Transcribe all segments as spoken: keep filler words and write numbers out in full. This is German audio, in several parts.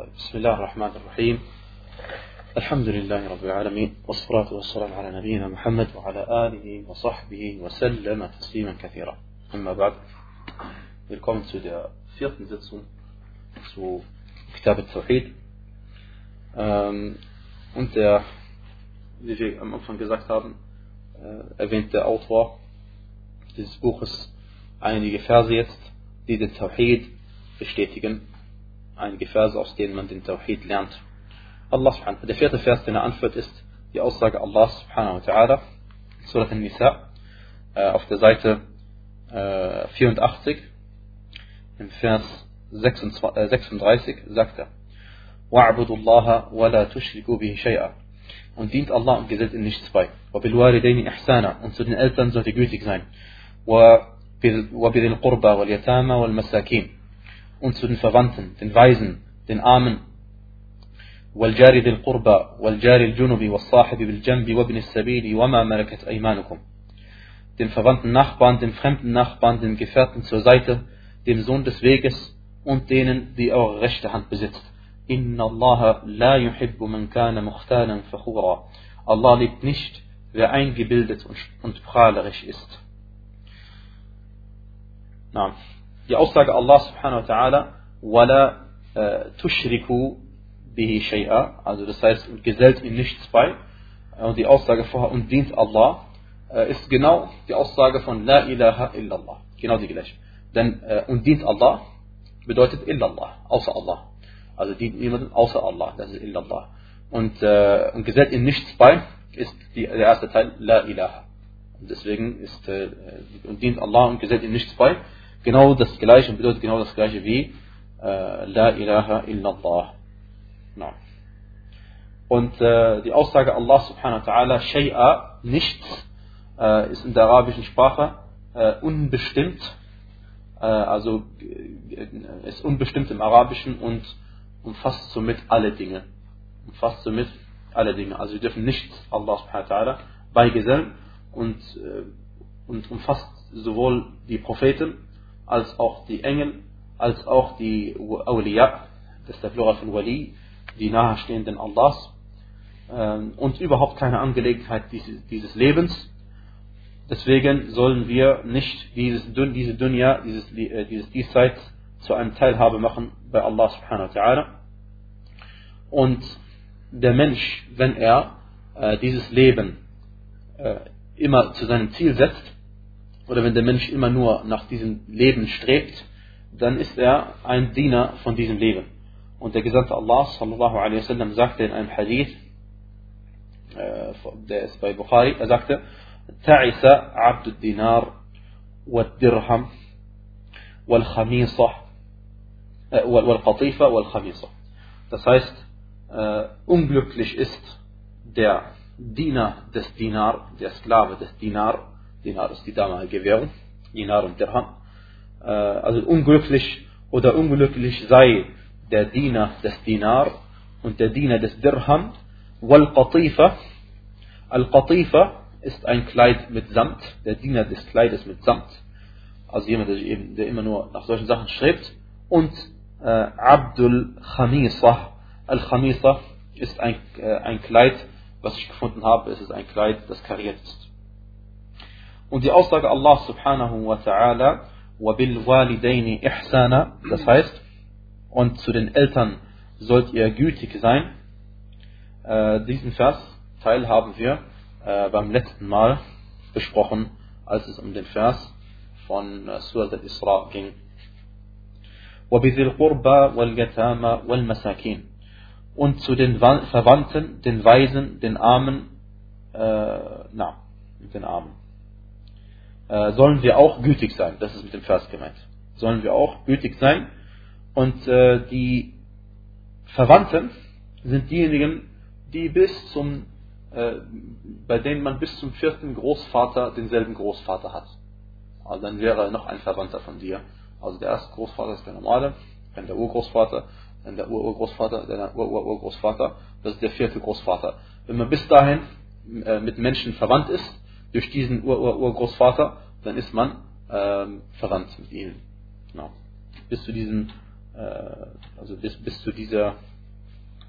بسم الله الرحمن الرحيم. الحمد لله رب العالمين، والصلاة والسلام على نبينا محمد وعلى آله وصحبه وسلم تسليما كثيرا. أما بعد. Willkommen zu der vierten Sitzung zu Kitab al-Tawhid. Ähm, und der, wie wir am Anfang gesagt haben, äh, erwähnt der Autor dieses Buches einige Verse jetzt, die den Tawhid bestätigen. Einige Verse, aus denen man den Tawhid lernt. Allah subhanahu. Der vierte Vers, den er anführt, ist die Aussage Allah subhanahu wa ta'ala, Surah An-Nisa, äh, auf der Seite äh, vierundachtzig, im Vers sechsunddreißig, sagt er: وَاعْبُدُوا اللَّهَ وَلَا تُشْرِكُوا بِهِ شَيْئًا. Und dient Allah und gesellt ihm nichts bei. وَبِالْوَالِدَيْنِ إِحْسَانًا. Und zu den Eltern sollt ihr gütig sein. وَبِذِي الْقُرْبَى وَالْيَتَامَى وَالْمَسَاكِينِ. Und zu den Verwandten, den Weisen, den Armen. وَالْجَارِ ذِي الْقُرْبَى وَالْجَارِ الْجُنُبِ وَالصَّاحِبِ بِالْجَنْبِ وَابْنِ السَّبِيلِ وَمَا مَلَكَتْ أَيْمَانُكُمْ. Den verwandten Nachbarn, dem fremden Nachbarn, dem Gefährten zur Seite, dem Sohn des Weges und denen, die eure rechte Hand besitzt. Inna Allah la yuhibbu man kana mukhtalan fakhura. Allah liebt nicht, wer eingebildet und prahlerisch ist. Na, die Aussage Allah subhanahu wa ta'ala, wala äh, tushriku bihi shay'a, also das heißt, und gesellt ihm nichts bei, und die Aussage vorher, und dient Allah, äh, ist genau die Aussage von la ilaha illallah, genau die gleiche. Denn äh, und dient Allah bedeutet illallah, außer Allah. Also dient niemandem außer Allah, das ist illallah. Und, äh, und gesellt ihm nichts bei, ist die, der erste Teil, la ilaha. Und deswegen ist, äh, und dient Allah und gesellt ihm nichts bei, genau das gleiche und bedeutet genau das gleiche wie äh, la ilaha illallah. No. Und äh, die Aussage Allah subhanahu wa ta'ala, shay'a, nichts, äh, ist in der arabischen Sprache äh, unbestimmt, äh, also äh, ist unbestimmt im Arabischen und umfasst somit alle Dinge. Umfasst somit alle Dinge. Also wir dürfen nichts Allah subhanahu wa ta'ala beigesellen und, äh, und umfasst sowohl die Propheten als auch die Engel, als auch die Awliya, das ist der Plural von Wali, die nahestehenden Allahs, ähm, und überhaupt keine Angelegenheit dieses, dieses Lebens. Deswegen sollen wir nicht dieses, diese Dunya, dieses, äh, dieses Diesseits zu einem Teilhabe machen bei Allah subhanahu wa ta'ala. Und der Mensch, wenn er äh, dieses Leben äh, immer zu seinem Ziel setzt, oder wenn der Mensch immer nur nach diesem Leben strebt, dann ist er ein Diener von diesem Leben. Und der Gesandte Allah sallallahu alaihi wasallam sagte in einem Hadith, äh, der ist bei Bukhari, er sagte: Ta'isa abdu dinar wal dirham wal khamisa wal qatifa wal khamisa. Das heißt, äh, unglücklich ist der Diener des Dinar, der Sklave des Dinar. Dinar ist die damalige Währung, Dinar und Dirham. Äh, also unglücklich oder unglücklich sei der Diener des Dinar und der Diener des Dirham. Wal Qatifa. Al Qatifa ist ein Kleid mit Samt, der Diener des Kleides mit Samt. Also jemand, der, eben, der immer nur nach solchen Sachen strebt. Und äh, Abdul Khamisa. Al Khamisa ist ein, äh, ein Kleid, was ich gefunden habe, es ist ein Kleid, das kariert ist. Und die Aussage Allah subhanahu wa ta'ala, وَبِالْوَالِدَيْنِ إِحْسَانًا, das heißt, und zu den Eltern sollt ihr gütig sein. Äh, diesen Vers Teil haben wir äh, beim letzten Mal besprochen, als es um den Vers von äh, Surah Al-Isra ging. وَبِذِي الْقُرْبَى وَالْيَتَامَى وَالْمَسَاكِينِ. Und zu den Verwandten, den Weisen, den Armen, äh, na, den Armen. Sollen wir auch gütig sein. Das ist mit dem Vers gemeint. Sollen wir auch gütig sein. Und äh, die Verwandten sind diejenigen, die bis zum, äh, bei denen man bis zum vierten Großvater denselben Großvater hat. Also dann wäre noch ein Verwandter von dir. Also der erste Großvater ist der normale, dann der Urgroßvater, dann der Ururgroßvater, dann der Ururgroßvater, das ist der vierte Großvater. Wenn man bis dahin äh, mit Menschen verwandt ist, durch diesen Ur-Ur-Urgroßvater, dann ist man ähm, verwandt mit ihnen. Genau. Bis zu diesem, äh, also bis, bis zu dieser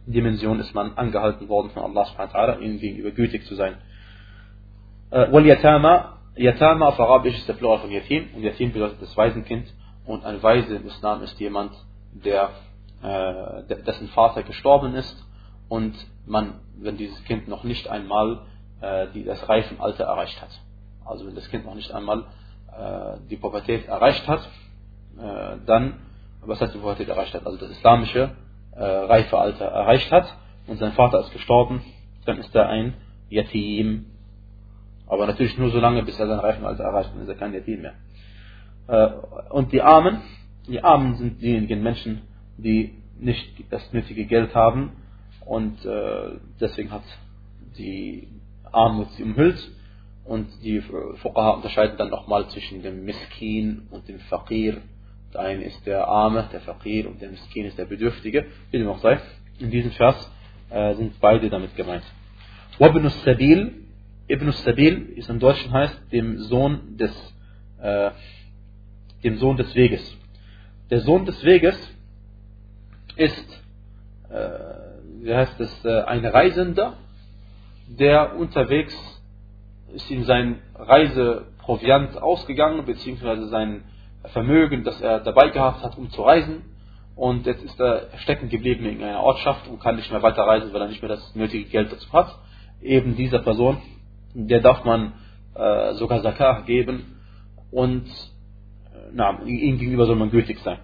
Dimension ist man angehalten worden von Allah subhanahu wa ta'ala, ihnen gegenüber gütig zu sein. Wal Yatama, Yatama auf Arabisch ist der Plural von Yatim, und Yatim bedeutet das Waisenkind, und ein Waise im Islam ist jemand, der, äh, dessen Vater gestorben ist und man, wenn dieses Kind noch nicht einmal äh, die, das Reifenalter erreicht hat. Also wenn das Kind noch nicht einmal äh, die Pubertät erreicht hat, äh, dann, was heißt die Pubertät erreicht hat? Also das islamische äh, Reifealter erreicht hat und sein Vater ist gestorben, dann ist er ein Yatim. Aber natürlich nur so lange, bis er sein Reifenalter erreicht, dann ist er kein Yatim mehr. Äh, und die Armen, die Armen sind diejenigen Menschen, die nicht das nötige Geld haben, und äh, deswegen hat die Armut sie umhüllt, und die Fuqaha unterscheiden dann nochmal zwischen dem Miskin und dem Faqir. Der eine ist der Arme, der Faqir, und der Miskin ist der Bedürftige. Wie dem auch sei, in diesem Vers äh, sind beide damit gemeint. Wabn as-Sabil, Ibn as-Sabil ist im Deutschen heißt dem Sohn des äh, dem Sohn des Weges. Der Sohn des Weges ist äh, wie heißt es, äh, ein Reisender, der unterwegs ist, ihm sein Reiseproviant ausgegangen, beziehungsweise sein Vermögen, das er dabei gehabt hat, um zu reisen, und jetzt ist er stecken geblieben in einer Ortschaft und kann nicht mehr weiter reisen, weil er nicht mehr das nötige Geld dazu hat. Eben dieser Person, der darf man äh, sogar Zakah geben, und äh, na, ihm gegenüber soll man gütig sein.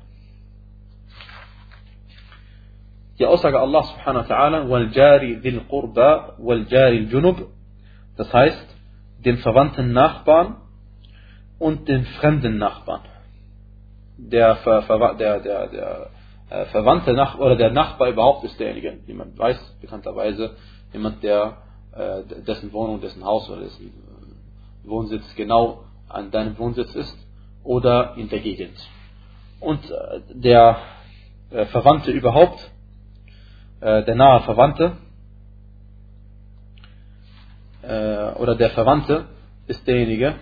Die Aussage Allah subhanahu wa ta'ala, wal jari dhil qurba wal jari junub, das heißt, den verwandten Nachbarn und den fremden Nachbarn. Der, Ver, Ver, der, der, der äh, verwandte Nachbar oder der Nachbar überhaupt ist derjenige, wie man weiß, bekannterweise jemand, der äh, dessen Wohnung, dessen Haus oder dessen Wohnsitz genau an deinem Wohnsitz ist oder in der Gegend. Und äh, der äh, Verwandte überhaupt, der nahe Verwandte äh, oder der Verwandte ist derjenige,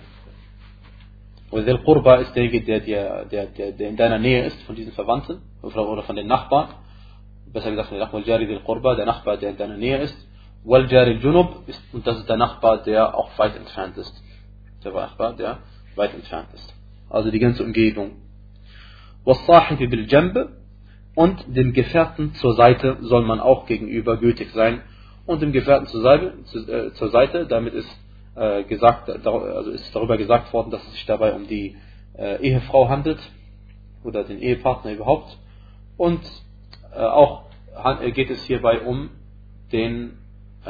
oder der Qurba ist derjenige, der, der, der, der, der in deiner Nähe ist, von diesen Verwandten oder von den Nachbarn. Besser gesagt, der Nachbar Jari del Qurba, der Nachbar, der in deiner Nähe ist. Wal Jari Junub ist, und das ist der Nachbar, der auch weit entfernt ist. Der Nachbar, der weit entfernt ist. Also die ganze Umgebung. Was Sahibi bil Jamb, und dem Gefährten zur Seite soll man auch gegenüber gütig sein. Und dem Gefährten zur Seite, zu, äh, zur Seite damit ist, äh, gesagt, also ist darüber gesagt worden, dass es sich dabei um die äh, Ehefrau handelt oder den Ehepartner überhaupt. Und äh, auch geht es hierbei um denjenigen,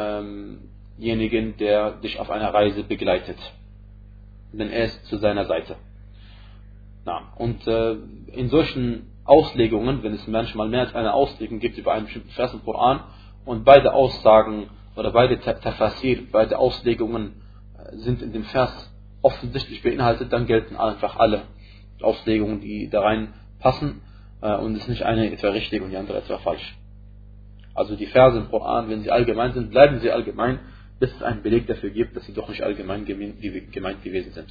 ähm der dich auf einer Reise begleitet. Denn er ist zu seiner Seite. Na, und äh, in solchen Auslegungen, wenn es manchmal mehr als eine Auslegung gibt über einen bestimmten Vers im Koran, und beide Aussagen oder beide Tafasir, beide Auslegungen sind in dem Vers offensichtlich beinhaltet, dann gelten einfach alle Auslegungen, die da rein passen, und es ist nicht eine etwa richtig und die andere etwa falsch. Also die Verse im Koran, wenn sie allgemein sind, bleiben sie allgemein, bis es einen Beleg dafür gibt, dass sie doch nicht allgemein gemeint gewesen sind.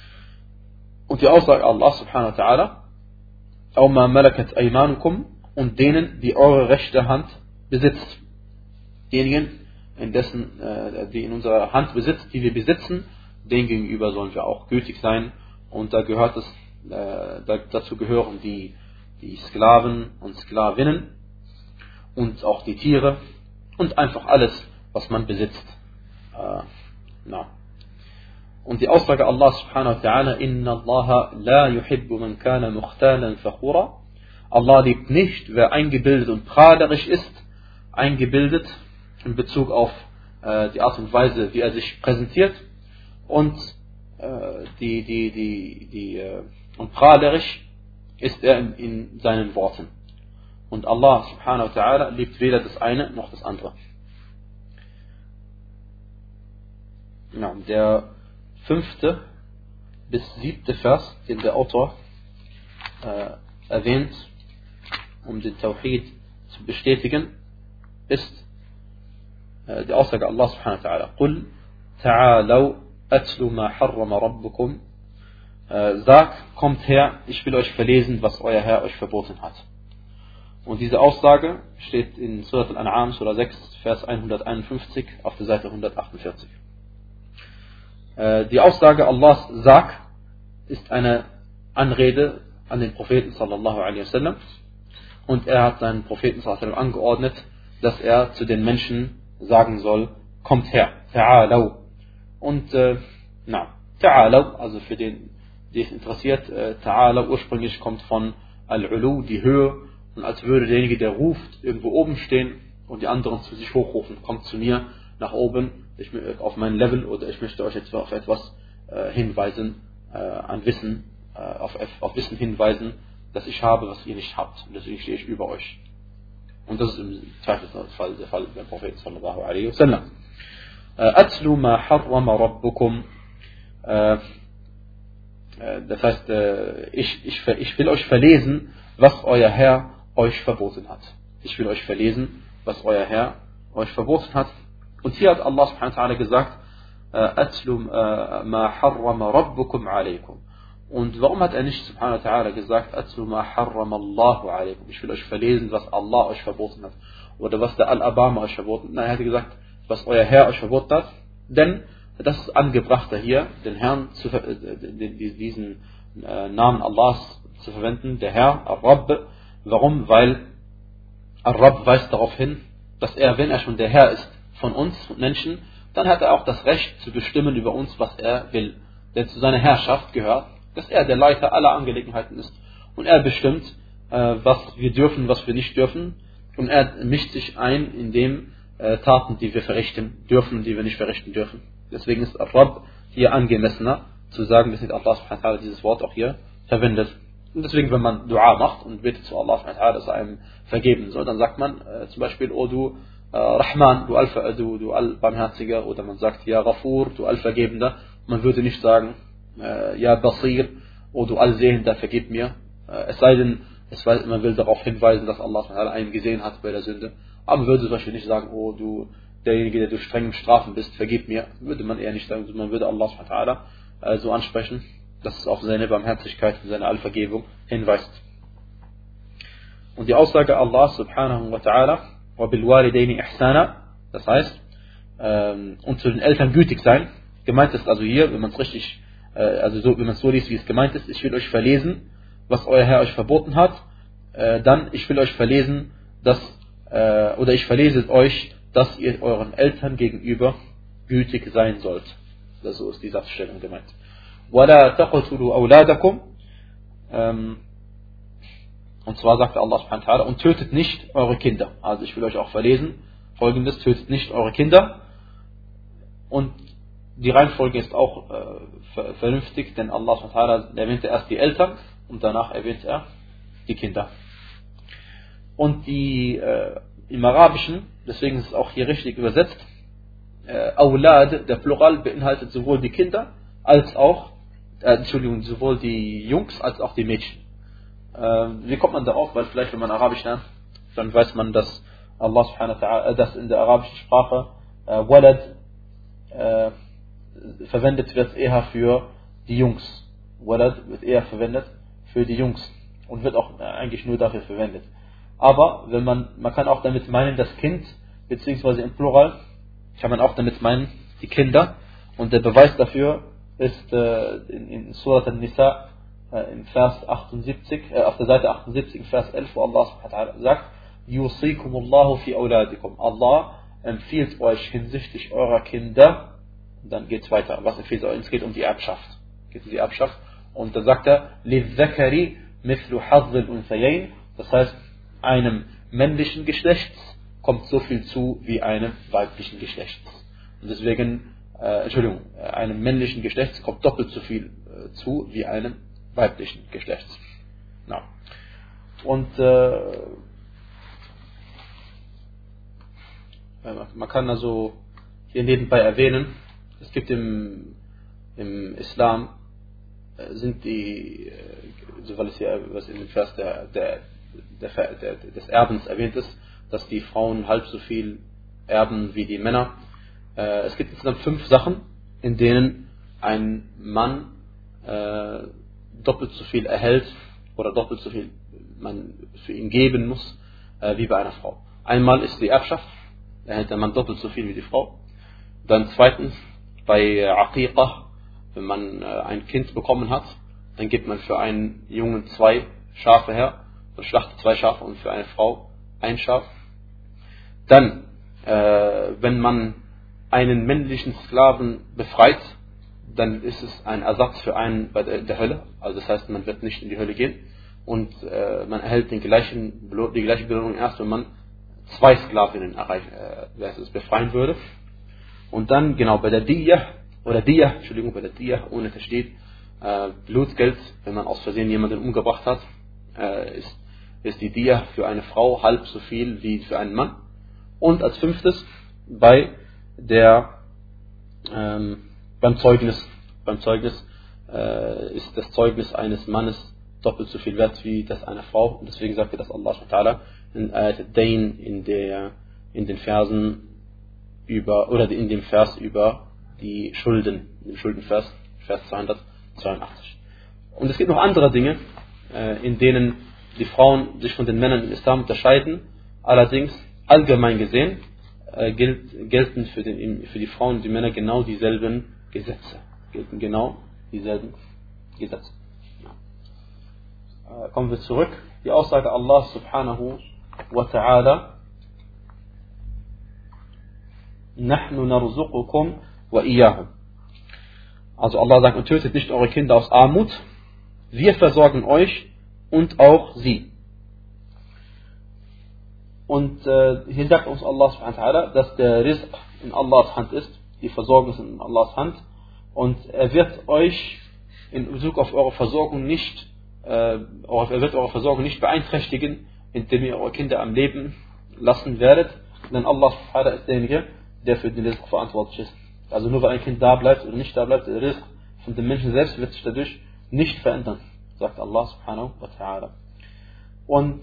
Und die Aussage Allah subhanahu wa ta'ala, أو ما ملكت أيمانكم, und denen, die eure rechte Hand besitzt. Diejenigen, in dessen, äh, die in unserer Hand besitzt, die wir besitzen, denen gegenüber sollen wir auch gütig sein. Und da gehört es, äh, da, dazu gehören die, die Sklaven und Sklavinnen und auch die Tiere und einfach alles, was man besitzt. Äh, na. Und die Aussage Allah subhanahu wa ta'ala, Inna Allah la yuhibbu man kana mukhtalan fakhura. Allah liebt nicht, wer eingebildet und prahlerisch ist, eingebildet in Bezug auf äh, die Art und Weise, wie er sich präsentiert, und äh, die, die, die, die, äh, und prahlerisch ist er in, in seinen Worten. Und Allah subhanahu wa ta'ala liebt weder das eine noch das andere. Ja, der fünfte bis siebte Vers, den der Autor äh, erwähnt, um den Tawhid zu bestätigen, ist äh, die Aussage Allah subhanahu wa ta'ala. Qul ta'alaw atlu ma harrama rabbukum. Äh, sag, kommt her, ich will euch verlesen, was euer Herr euch verboten hat. Und diese Aussage steht in Surat al-An'am, Surah sechs, Vers hunderteinundfünfzig auf der Seite hundertachtundvierzig. Äh, die Aussage Allahs sag ist eine Anrede an den Propheten sallallahu alaihi wasallam, und er hat seinen Propheten sallallahu alaihi wasallam angeordnet, dass er zu den Menschen sagen soll, kommt her, ta'alaw. Und äh, na, ta'alaw, also für den, die es interessiert, äh, ta'alaw ursprünglich kommt von al-ulu, die Höhe, und als würde derjenige, der ruft, irgendwo oben stehen und die anderen zu sich hochrufen, kommt zu mir nach oben, ich, auf mein Level, oder ich möchte euch jetzt auf etwas äh, hinweisen, äh, an Wissen, äh, auf, auf Wissen hinweisen, das ich habe, was ihr nicht habt, und deswegen stehe ich über euch. Und das ist im Zweifelsfall der Fall beim Propheten sallallahu alaihi wasallam. Atlu ma harrama rabbukum. Das heißt, ich, ich, ich will euch verlesen, was euer Herr euch verboten hat. Ich will euch verlesen, was euer Herr euch verboten hat. Und hier hat Allah subhanahu wa ta'ala gesagt, Atlu ma harrama rabbukum alaykum. Und warum hat er nicht subhanahu wa ta'ala gesagt, Atlu ma harrama Allahu alaykum? Ich will euch verlesen, was Allah euch verboten hat. Oder was der Al-Abama euch verboten hat. Nein, er hat gesagt, was euer Herr euch verboten hat. Denn das ist angebrachter hier, den Herrn zu, diesen Namen Allahs zu verwenden, der Herr, Ar-Rabb. Warum? Weil Ar-Rabb weist darauf hin, dass er, wenn er schon der Herr ist von uns Menschen, dann hat er auch das Recht zu bestimmen über uns, was er will. Denn zu seiner Herrschaft gehört, dass er der Leiter aller Angelegenheiten ist. Und er bestimmt, äh, was wir dürfen, was wir nicht dürfen. Und er mischt sich ein in den äh, Taten, die wir verrichten dürfen und die wir nicht verrichten dürfen. Deswegen ist Ar-Rabb hier angemessener, zu sagen, dass nicht Allah subhanahu wa ta'ala dieses Wort auch hier verwendet. Und deswegen, wenn man Dua macht und betet zu Allah subhanahu wa ta'ala, dass er einem vergeben soll, dann sagt man äh, zum Beispiel, O du äh, Rahman, du, Al, du, du Al-Barmherziger, oder man sagt, Ja Ghafur, du Al-Vergebender. Man würde nicht sagen, äh, Ja Basir, O du Allsehender, vergib mir. Äh, es sei denn, es weiß, man will darauf hinweisen, dass Allah subhanahu wa ta'ala einen gesehen hat bei der Sünde. Aber man würde zum Beispiel nicht sagen, oh du, derjenige, der durch strengem Strafen bist, vergib mir. Würde man eher nicht sagen, man würde Allah subhanahu wa ta'ala äh, so ansprechen, dass es auf seine Barmherzigkeit und seine Allvergebung hinweist. Und die Aussage Allah subhanahu wa ta'ala, wa bil walidaini ihsana, das heißt, ähm, und zu den Eltern gütig sein. Gemeint ist also hier, wenn man es richtig, äh, also so, wenn man es so liest, wie es gemeint ist, ich will euch verlesen, was euer Herr euch verboten hat, äh, dann ich will euch verlesen, dass, äh, oder ich verlese euch, dass ihr euren Eltern gegenüber gütig sein sollt. Das so ist die Satzstellung gemeint. وَلَا تَقْتُلُوا أَوْلَادَكُمْ, und zwar sagte Allah subhanahu wa ta'ala, und tötet nicht eure Kinder. Also ich will euch auch verlesen, folgendes, tötet nicht eure Kinder. Und die Reihenfolge ist auch äh, vernünftig, denn Allah subhanahu wa ta'ala erwähnte erst die Eltern und danach erwähnt er die Kinder. Und die äh, im Arabischen, deswegen ist es auch hier richtig übersetzt, äh, Awlad, der Plural, beinhaltet sowohl die Kinder als auch, äh, Entschuldigung, sowohl die Jungs als auch die Mädchen. Äh, wie kommt man darauf? Weil vielleicht, wenn man Arabisch lernt, dann weiß man, dass Allah subhanahu wa ta'ala, dass in der arabischen Sprache äh, Walad äh, verwendet wird eher für die Jungs. Walad wird eher verwendet für die Jungs und wird auch eigentlich nur dafür verwendet. Aber wenn man, man kann auch damit meinen, das Kind, beziehungsweise im Plural, kann man auch damit meinen, die Kinder. Und der Beweis dafür ist äh, in, in Surat al-Nisa, äh, im Vers achtundsiebzig, äh, auf der Seite achtundsiebzig, im Vers elf, wo Allah subhanahu wa ta'ala sagt, Yusikumullahu fi awladikum. Allah empfiehlt euch hinsichtlich eurer Kinder, und dann geht es weiter. Was empfiehlt euch? Es geht um die Erbschaft. Es geht um die Erbschaft. Und dann sagt er, لِلذَّكَرِ مِثْلُ حَظِّ الْأُنْثَيَيْنِ, das heißt, einem männlichen Geschlechts kommt so viel zu wie einem weiblichen Geschlechts. Und deswegen, äh, Entschuldigung, einem männlichen Geschlechts kommt doppelt so viel äh, zu wie einem weiblichen Geschlechts. Na. Und äh, man kann also hier nebenbei erwähnen, es gibt im, im Islam äh, sind die, äh, so weil es hier was in dem Vers der, der Der, der, des Erbens erwähnt ist, dass die Frauen halb so viel erben wie die Männer. Äh, es gibt insgesamt fünf Sachen, in denen ein Mann äh, doppelt so viel erhält oder doppelt so viel man für ihn geben muss, äh, wie bei einer Frau. Einmal ist die Erbschaft, da erhält der Mann doppelt so viel wie die Frau. Dann zweitens, bei Aqiqah, wenn man ein Kind bekommen hat, dann gibt man für einen Jungen zwei Schafe her, und schlachtet zwei Schafe und für eine Frau ein Schaf. Dann, äh, wenn man einen männlichen Sklaven befreit, dann ist es ein Ersatz für einen bei der, der Hölle. Also das heißt, man wird nicht in die Hölle gehen und äh, man erhält den gleichen, die gleiche Belohnung erst, wenn man zwei Sklavinnen erreich, äh, befreien würde. Und dann, genau, bei der Diyah, oder Diyah, Entschuldigung, bei der Diyah, ohne da steht, äh, Blutgeld, wenn man aus Versehen jemanden umgebracht hat, äh, ist, ist die Diyah für eine Frau halb so viel wie für einen Mann. Und als fünftes, bei der, ähm, beim Zeugnis, beim Zeugnis äh, ist das Zeugnis eines Mannes doppelt so viel wert wie das einer Frau. Und deswegen sagte das Allah subhanahu wa ta'ala in Ayat al-Dain, in der, in den Versen über, oder in dem Vers über die Schulden, im Schuldenvers, Vers zweihundertzweiundachtzig. Und es gibt noch andere Dinge, äh, in denen die Frauen sich von den Männern im Islam unterscheiden. Allerdings, allgemein gesehen, äh, gilt, gelten für, den, für die Frauen und die Männer genau dieselben Gesetze. Gelten genau dieselben Gesetze. Ja. Äh, kommen wir zurück. Die Aussage Allah subhanahu wa ta'ala: Nahnu narzuqukum wa iyahum. Also Allah sagt, und tötet nicht eure Kinder aus Armut, wir versorgen euch und auch sie. Und äh, hier sagt uns Allah subhanahu wa ta'ala, dass der Rizq in Allahs Hand ist, die Versorgung ist in Allahs Hand, und er wird euch in Bezug auf eure Versorgung nicht, äh, er wird eure Versorgung nicht beeinträchtigen, indem ihr eure Kinder am Leben lassen werdet, denn Allah subhanahu wa ta'ala ist derjenige, der für den Rizq verantwortlich ist. Also nur weil ein Kind da bleibt oder nicht da bleibt, der Rizq von dem Menschen selbst wird sich dadurch nicht verändern, sagt Allah subhanahu wa ta'ala. Und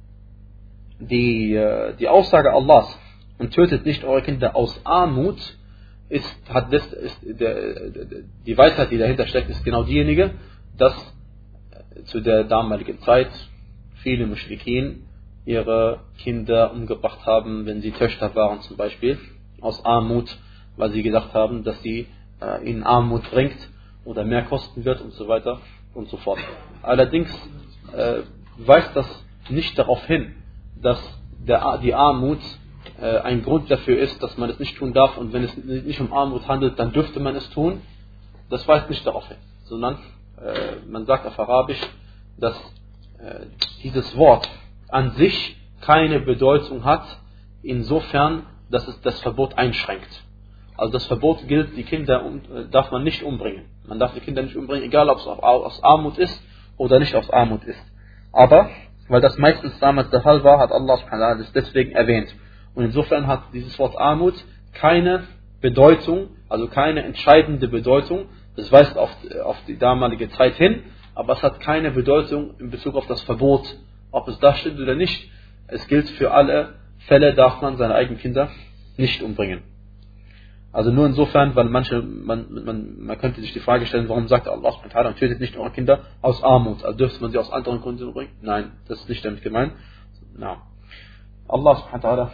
die, die Aussage Allahs, und tötet nicht eure Kinder aus Armut, ist, hat das, ist der, die Weisheit, die dahinter steckt, ist genau diejenige, dass zu der damaligen Zeit viele Muschrikin ihre Kinder umgebracht haben, wenn sie Töchter waren zum Beispiel, aus Armut, weil sie gedacht haben, dass sie äh, ihnen Armut bringt oder mehr kosten wird und so weiter und so fort. Allerdings äh, weist das nicht darauf hin, dass der, die Armut äh, ein Grund dafür ist, dass man es nicht tun darf, und wenn es nicht um Armut handelt, dann dürfte man es tun. Das weist nicht darauf hin, sondern äh, man sagt auf Arabisch, dass äh, dieses Wort an sich keine Bedeutung hat, insofern, dass es das Verbot einschränkt. Also das Verbot gilt, die Kinder um, darf man nicht umbringen. Man darf die Kinder nicht umbringen, egal ob es aus Armut ist oder nicht aus Armut ist. Aber, weil das meistens damals der Fall war, hat Allah subhanahu wa ta'ala das deswegen erwähnt. Und insofern hat dieses Wort Armut keine Bedeutung, also keine entscheidende Bedeutung. Das weist auf, auf die damalige Zeit hin, aber es hat keine Bedeutung in Bezug auf das Verbot, ob es da stimmt oder nicht. Es gilt für alle Fälle, darf man seine eigenen Kinder nicht umbringen. Also nur insofern, weil manche, man, man, man könnte sich die Frage stellen, warum sagt Allah subhanahu wa ta'ala, tötet nicht eure Kinder aus Armut, also dürfte man sie aus anderen Gründen umbringen? Nein, das ist nicht damit gemeint. No. Allah subhanahu wa ta'ala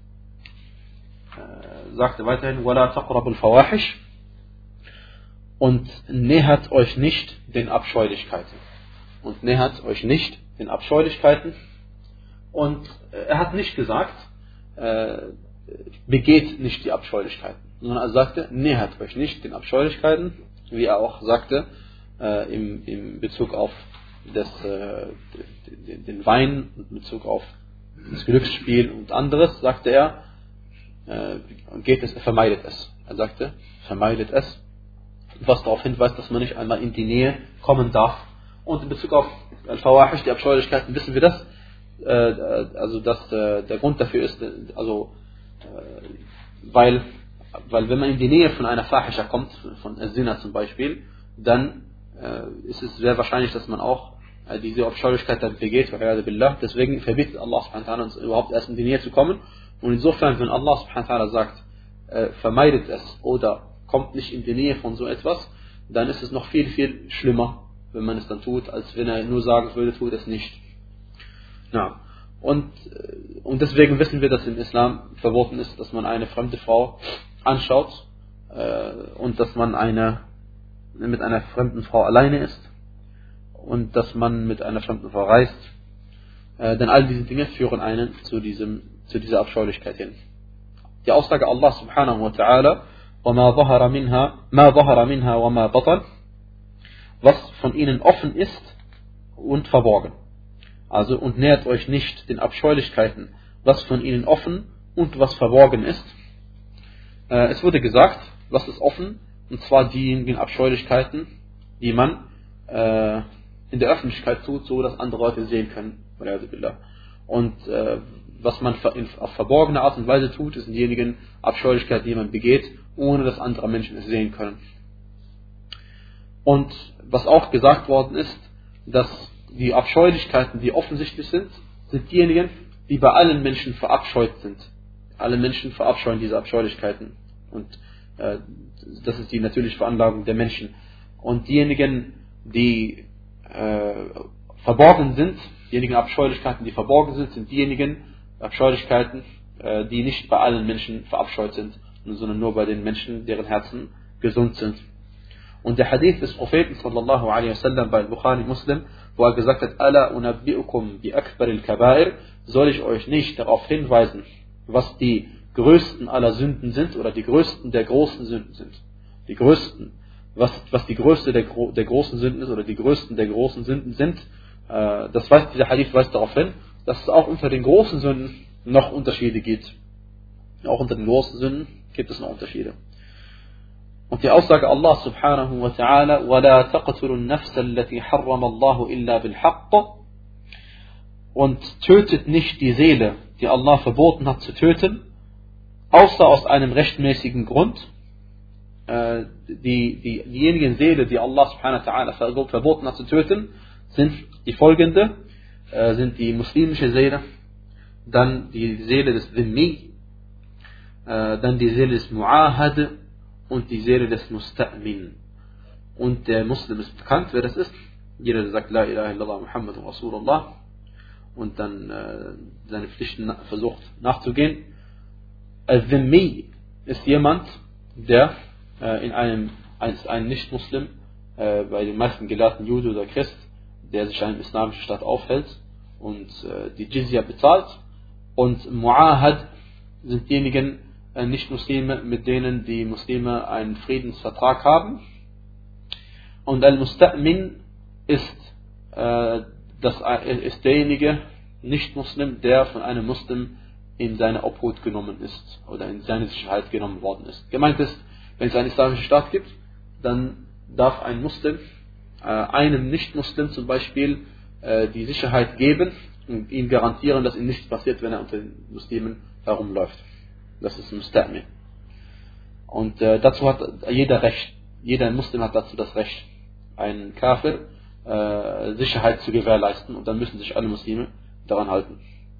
äh, sagte weiterhin, وَلَا تَقْرَبُوا الْفَوَاحِشِ, und nähert euch nicht den Abscheulichkeiten. Und nähert euch nicht den Abscheulichkeiten. Und äh, er hat nicht gesagt, äh, begeht nicht die Abscheulichkeiten, sondern er sagte, nähert euch nicht den Abscheulichkeiten, wie er auch sagte, äh, im, im Bezug auf das, äh, den, den Wein, in Bezug auf das Glücksspiel und anderes, sagte er, äh, geht es, vermeidet es. Er sagte, vermeidet es, was darauf hinweist, dass man nicht einmal in die Nähe kommen darf. Und in Bezug auf Al-Fawahish, die Abscheulichkeiten, wissen wir das, äh, also dass äh, der Grund dafür ist, also äh, weil Weil wenn man in die Nähe von einer Fahisha kommt, von Zina zum Beispiel, dann äh, ist es sehr wahrscheinlich, dass man auch äh, diese Abscheulichkeit dann begeht. Deswegen verbietet Allah subhanahu wa ta'ala uns überhaupt erst in die Nähe zu kommen. Und insofern, wenn Allah subhanahu wa ta'ala sagt, äh, vermeidet es oder kommt nicht in die Nähe von so etwas, dann ist es noch viel, viel schlimmer, wenn man es dann tut, als wenn er nur sagen würde, tut es nicht. Ja. Und, und deswegen wissen wir, dass im Islam verboten ist, dass man eine fremde Frau anschaut äh, und dass man eine, mit einer fremden Frau alleine ist und dass man mit einer fremden Frau reist. Äh, denn all diese Dinge führen einen zu, diesem, zu dieser Abscheulichkeit hin. Die Aussage Allah subhanahu wa ta'ala, وَمَا ظَهَرَ مِنْهَا مَا ظَهَرَ مِنْهَا وَمَا بَطَنَ, was von ihnen offen ist und verborgen. Also, und nähert euch nicht den Abscheulichkeiten, was von ihnen offen und was verborgen ist. Äh, es wurde gesagt, was ist offen, und zwar diejenigen Abscheulichkeiten, die man äh, in der Öffentlichkeit tut, so dass andere Leute sehen können. Und äh, was man auf verborgene Art und Weise tut, sind diejenigen Abscheulichkeiten, die man begeht, ohne dass andere Menschen es sehen können. Und was auch gesagt worden ist, dass die Abscheulichkeiten, die offensichtlich sind, sind diejenigen, die bei allen Menschen verabscheut sind. Alle Menschen verabscheuen diese Abscheulichkeiten. Und äh, das ist die natürliche Veranlagung der Menschen. Und diejenigen, die äh, verborgen sind, diejenigen Abscheulichkeiten, die verborgen sind, sind diejenigen Abscheulichkeiten, äh, die nicht bei allen Menschen verabscheut sind, sondern nur bei den Menschen, deren Herzen gesund sind. Und der Hadith des Propheten sallallahu alaihi wasallam bei Bukhari Muslim, wo er gesagt hat, Ala unabbi'ukum bi akbaril kabair, soll ich euch nicht darauf hinweisen, was die größten aller Sünden sind oder die größten der großen Sünden sind. Die größten, was, was die größte der, der großen Sünden ist oder die größten der großen Sünden sind, äh, das weist, dieser Hadith weist darauf hin, dass es auch unter den großen Sünden noch Unterschiede gibt. Auch unter den großen Sünden gibt es noch Unterschiede. Und die Aussage Allah subhanahu wa ta'ala, وَلَا تَقْتُلُوا النَّفْسَ الَّتِي حَرَّمَ اللَّهُ إِلَّا بِالْحَقِّ, und tötet nicht die Seele, die Allah verboten hat zu töten, außer aus einem rechtmäßigen Grund. Äh, die, die, diejenigen Seele, die Allah subhanahu wa ta'ala verboten hat zu töten, sind die folgende, äh, sind die muslimische Seele, dann die Seele des Dhimmi, äh, dann die Seele des Mu'ahad und die Seele des Musta'min. Und der Muslim ist bekannt, wer das ist. Jeder, der sagt, La ilaha illallah Muhammadun Rasulullah, und dann äh, seine Pflichten na- versucht nachzugehen. Al-Dhimmi ist jemand, der äh, in einem, ein, ein Nicht-Muslim, äh, bei den meisten Gelehrten Jude oder Christ, der sich in einem islamischen Staat aufhält und äh, die Jizya bezahlt. Und Mu'ahad sind diejenigen äh, Nicht-Muslime, mit denen die Muslime einen Friedensvertrag haben. Und Al-Musta'min ist, äh, das, ist derjenige Nicht-Muslim, der von einem Muslim in seine Obhut genommen ist oder in seine Sicherheit genommen worden ist. Gemeint ist, wenn es einen islamischen Staat gibt, dann darf ein Muslim äh, einem Nicht-Muslim zum Beispiel äh, die Sicherheit geben und ihm garantieren, dass ihm nichts passiert, wenn er unter den Muslimen herumläuft. Das ist ein Musta'min. Und äh, dazu hat jeder Recht, jeder Muslim hat dazu das Recht, einen Kafir äh, Sicherheit zu gewährleisten, und dann müssen sich alle Muslime daran halten.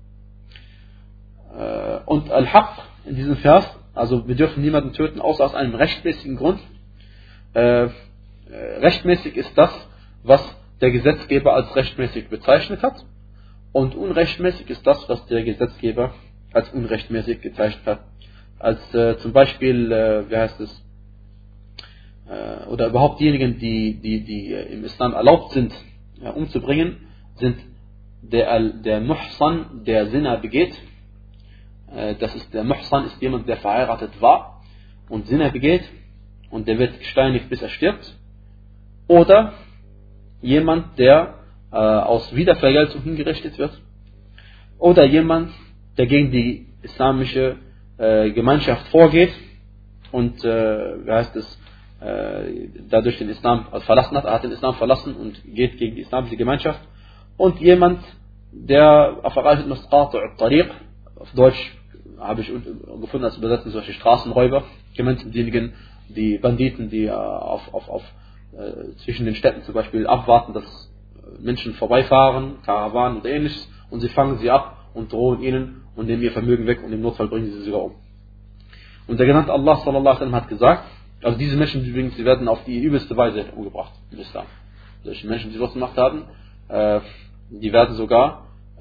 Äh, und Al-Haq in diesem Vers, also wir dürfen niemanden töten, außer aus einem rechtmäßigen Grund. Äh, rechtmäßig ist das, was der Gesetzgeber als rechtmäßig bezeichnet hat, und unrechtmäßig ist das, was der Gesetzgeber als unrechtmäßig gezeichnet hat. Als äh, zum Beispiel, äh, wie heißt es, äh, oder überhaupt diejenigen, die, die, die äh, im Islam erlaubt sind, ja, umzubringen, sind der, der Muhsan, der Zina begeht. Äh, das ist der Muhsan, ist jemand, der verheiratet war und Zina begeht, und der wird gesteinigt, bis er stirbt. Oder jemand, der äh, aus Wiedervergeltung hingerichtet wird. Oder jemand, der gegen die islamische äh, Gemeinschaft vorgeht und, äh, wie heißt es, äh, dadurch den Islam verlassen hat. Er hat den Islam verlassen und geht gegen die islamische Gemeinschaft. Und jemand, der auf Tariq, auf Deutsch habe ich gefunden als Übersetzung solche Straßenräuber, gemeint sind diejenigen, die Banditen, die äh, auf, auf, auf äh, zwischen den Städten zum Beispiel abwarten, dass Menschen vorbeifahren, Karawanen oder ähnliches, und sie fangen sie ab und drohen ihnen und nehmen ihr Vermögen weg, und im Notfall bringen sie sie sogar um. Und der genannte Allah sallallahu alaihi wasallam hat gesagt, also diese Menschen übrigens, sie werden auf die übelste Weise umgebracht im Islam. Solche Menschen, die sowas gemacht haben, äh, die werden sogar, äh,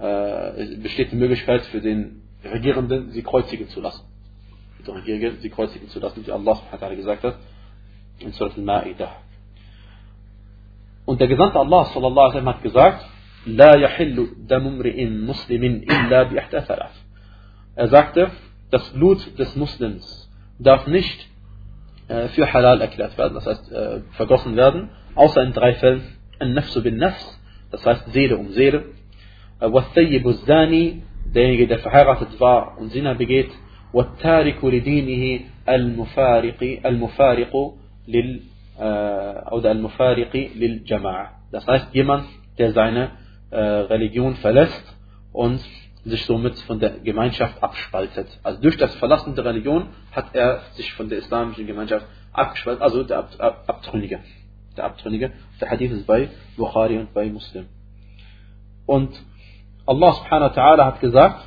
äh, besteht die Möglichkeit für den Regierenden, sie kreuzigen zu lassen. Für den Regierenden, sie kreuzigen zu lassen, wie Allah subhanahu wa ta'ala gesagt hat in Surat al-Ma'idah. Und der Gesandte Allah sallallahu alaihi wasallam hat gesagt, La yahillu damumri'in muslimin illa bi ihda thalath. Er sagte, das Blut des Muslims darf nicht äh, für halal erklärt werden, das heißt äh, vergossen werden, außer in drei Fällen. An-nafsu bin-nafs, das heißt Seele um Seele. Wa-thayyibu zani, derjenige, der verheiratet war und Zina begeht. Wa-tariku lidinihi al-mufariqi al-mufariqu lil oder al-mufariqi lil jama'a. Das heißt jemand, der seine äh, Religion verlässt und sich somit von der Gemeinschaft abspaltet. Also durch das Verlassen der Religion hat er sich von der islamischen Gemeinschaft abgespalten, also der Ab Ab Abtrünnige. Der Abtrünnige. Der Hadith ist bei Bukhari und bei Muslim. Und Allah subhanahu wa ta'ala hat gesagt,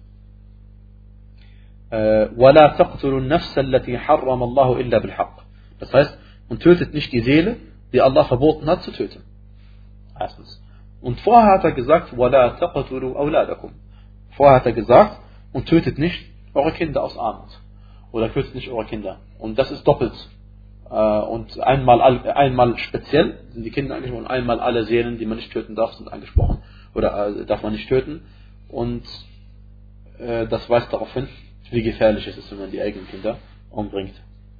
وَلَا تَقْتُلُوا النَّفْسَ الَّتِي حَرَّمَ اللَّهُ إِلَّا بِالْحَقِّ. Das heißt, und tötet nicht die Seele, die Allah verboten hat zu töten. Erstens. Und vorher hat er gesagt, وَلَا تَقْتُلُوا أَوْلَادَكُمْ. Vorher hat er gesagt, und tötet nicht eure Kinder aus Armut. Oder tötet nicht eure Kinder. Und das ist doppelt. Und einmal, einmal speziell sind die Kinder angesprochen, und einmal alle Seelen, die man nicht töten darf, sind angesprochen. Oder darf man nicht töten. Und das weist darauf hin, wie gefährlich es ist, wenn man die eigenen Kinder umbringt.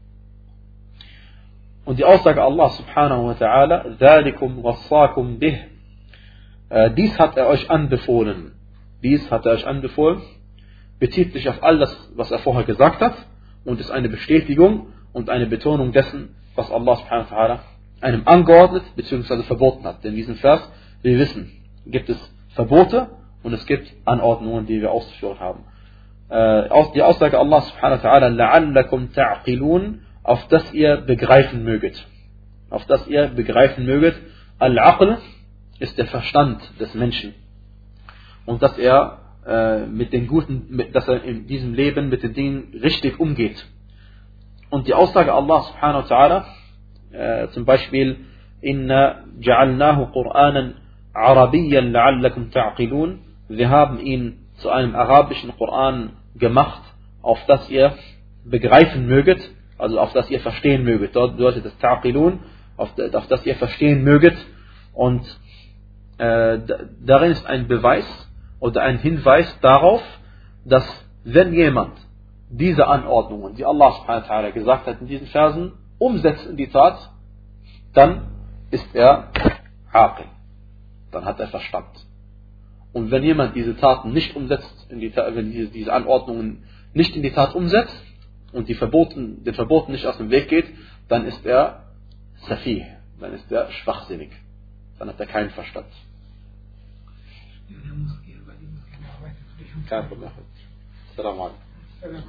Und die Aussage Allah subhanahu wa ta'ala, ذَلِكُمْ وَصَّاكُمْ بِهِ. Dies hat er euch anbefohlen. Dies hat er euch anbefohlen, bezieht sich auf all das, was er vorher gesagt hat, und ist eine Bestätigung und eine Betonung dessen, was Allah subhanahu wa ta'ala einem angeordnet bzw. verboten hat. Denn in diesem Vers, wie wir wissen, gibt es Verbote und es gibt Anordnungen, die wir auszuführen haben. Die Aussage Allah subhanahu wa ta'ala, لَعَلَّكُمْ تَعْقِلُونَ, auf das ihr begreifen möget. Auf das ihr begreifen möget. Al-Aql ist der Verstand des Menschen. Und dass er äh, mit den Guten, mit, dass er in diesem Leben mit den Dingen richtig umgeht. Und die Aussage Allah subhanahu wa ta'ala, äh, zum Beispiel, Inna ja'alnahu Qur'anan Arabiyyan la'allakum ta'qilun. Wir haben ihn zu einem arabischen Koran gemacht, auf das ihr begreifen möget, also auf das ihr verstehen möget. Dort bedeutet das Ta'qilun, auf, auf das ihr verstehen möget. Und äh, darin ist ein Beweis oder ein Hinweis darauf, dass wenn jemand diese Anordnungen, die Allah subhanahu wa ta'ala gesagt hat in diesen Versen, umsetzt in die Tat, dann ist er Aqil. Dann hat er Verstand. Und wenn jemand diese Taten nicht umsetzt, in die, wenn diese, diese Anordnungen nicht in die Tat umsetzt und die Verboten, den Verboten nicht aus dem Weg geht, dann ist er Safih, dann ist er schwachsinnig. Dann hat er keinen Verstand. Kein Problem. Assalamu alaikum.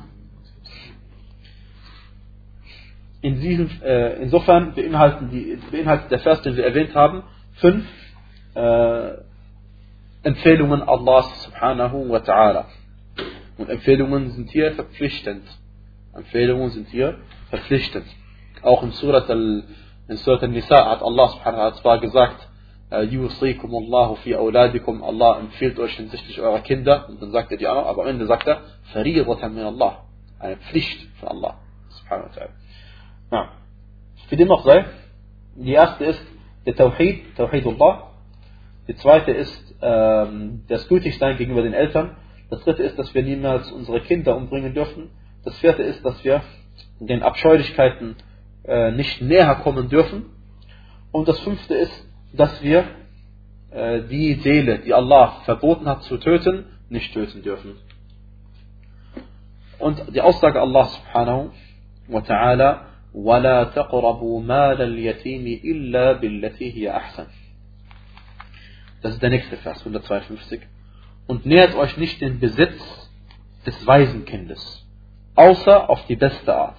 In diesem, äh, insofern beinhalten die, beinhaltet der Vers, den wir erwähnt haben, fünf äh, Empfehlungen Allahs subhanahu wa ta'ala. Und Empfehlungen sind hier verpflichtend. Empfehlungen sind hier verpflichtend. Auch in Surat al, in Surat al-Nisa hat Allah subhanahu wa ta'ala zwar gesagt, Yusikum Allahu fi awladikum, Allah empfiehlt euch hinsichtlich eurer Kinder, und dann sagt er die anderen, aber am Ende sagt er, Faridatan min Allah, eine Pflicht von Allah subhanahu wa ta'ala. Ja. Wie dem auch sei, die erste ist der Tawhid, Tawhidullah. Die zweite ist ähm, das Gütigsein gegenüber den Eltern. Das dritte ist, dass wir niemals unsere Kinder umbringen dürfen. Das vierte ist, dass wir den Abscheulichkeiten äh, nicht näher kommen dürfen. Und das fünfte ist, dass wir äh, die Seele, die Allah verboten hat zu töten, nicht töten dürfen. Und die Aussage Allah subhanahu wa ta'ala, وَلَا تَقْرَبُوا مَالَ الْيَتِيمِ إِلَّا بِالَّتِي هِيَ أَحْسَنُ. Das ist der nächste Vers, hundertzweiundfünfzig. Und nähert euch nicht den Besitz des Waisenkindes, außer auf die beste Art.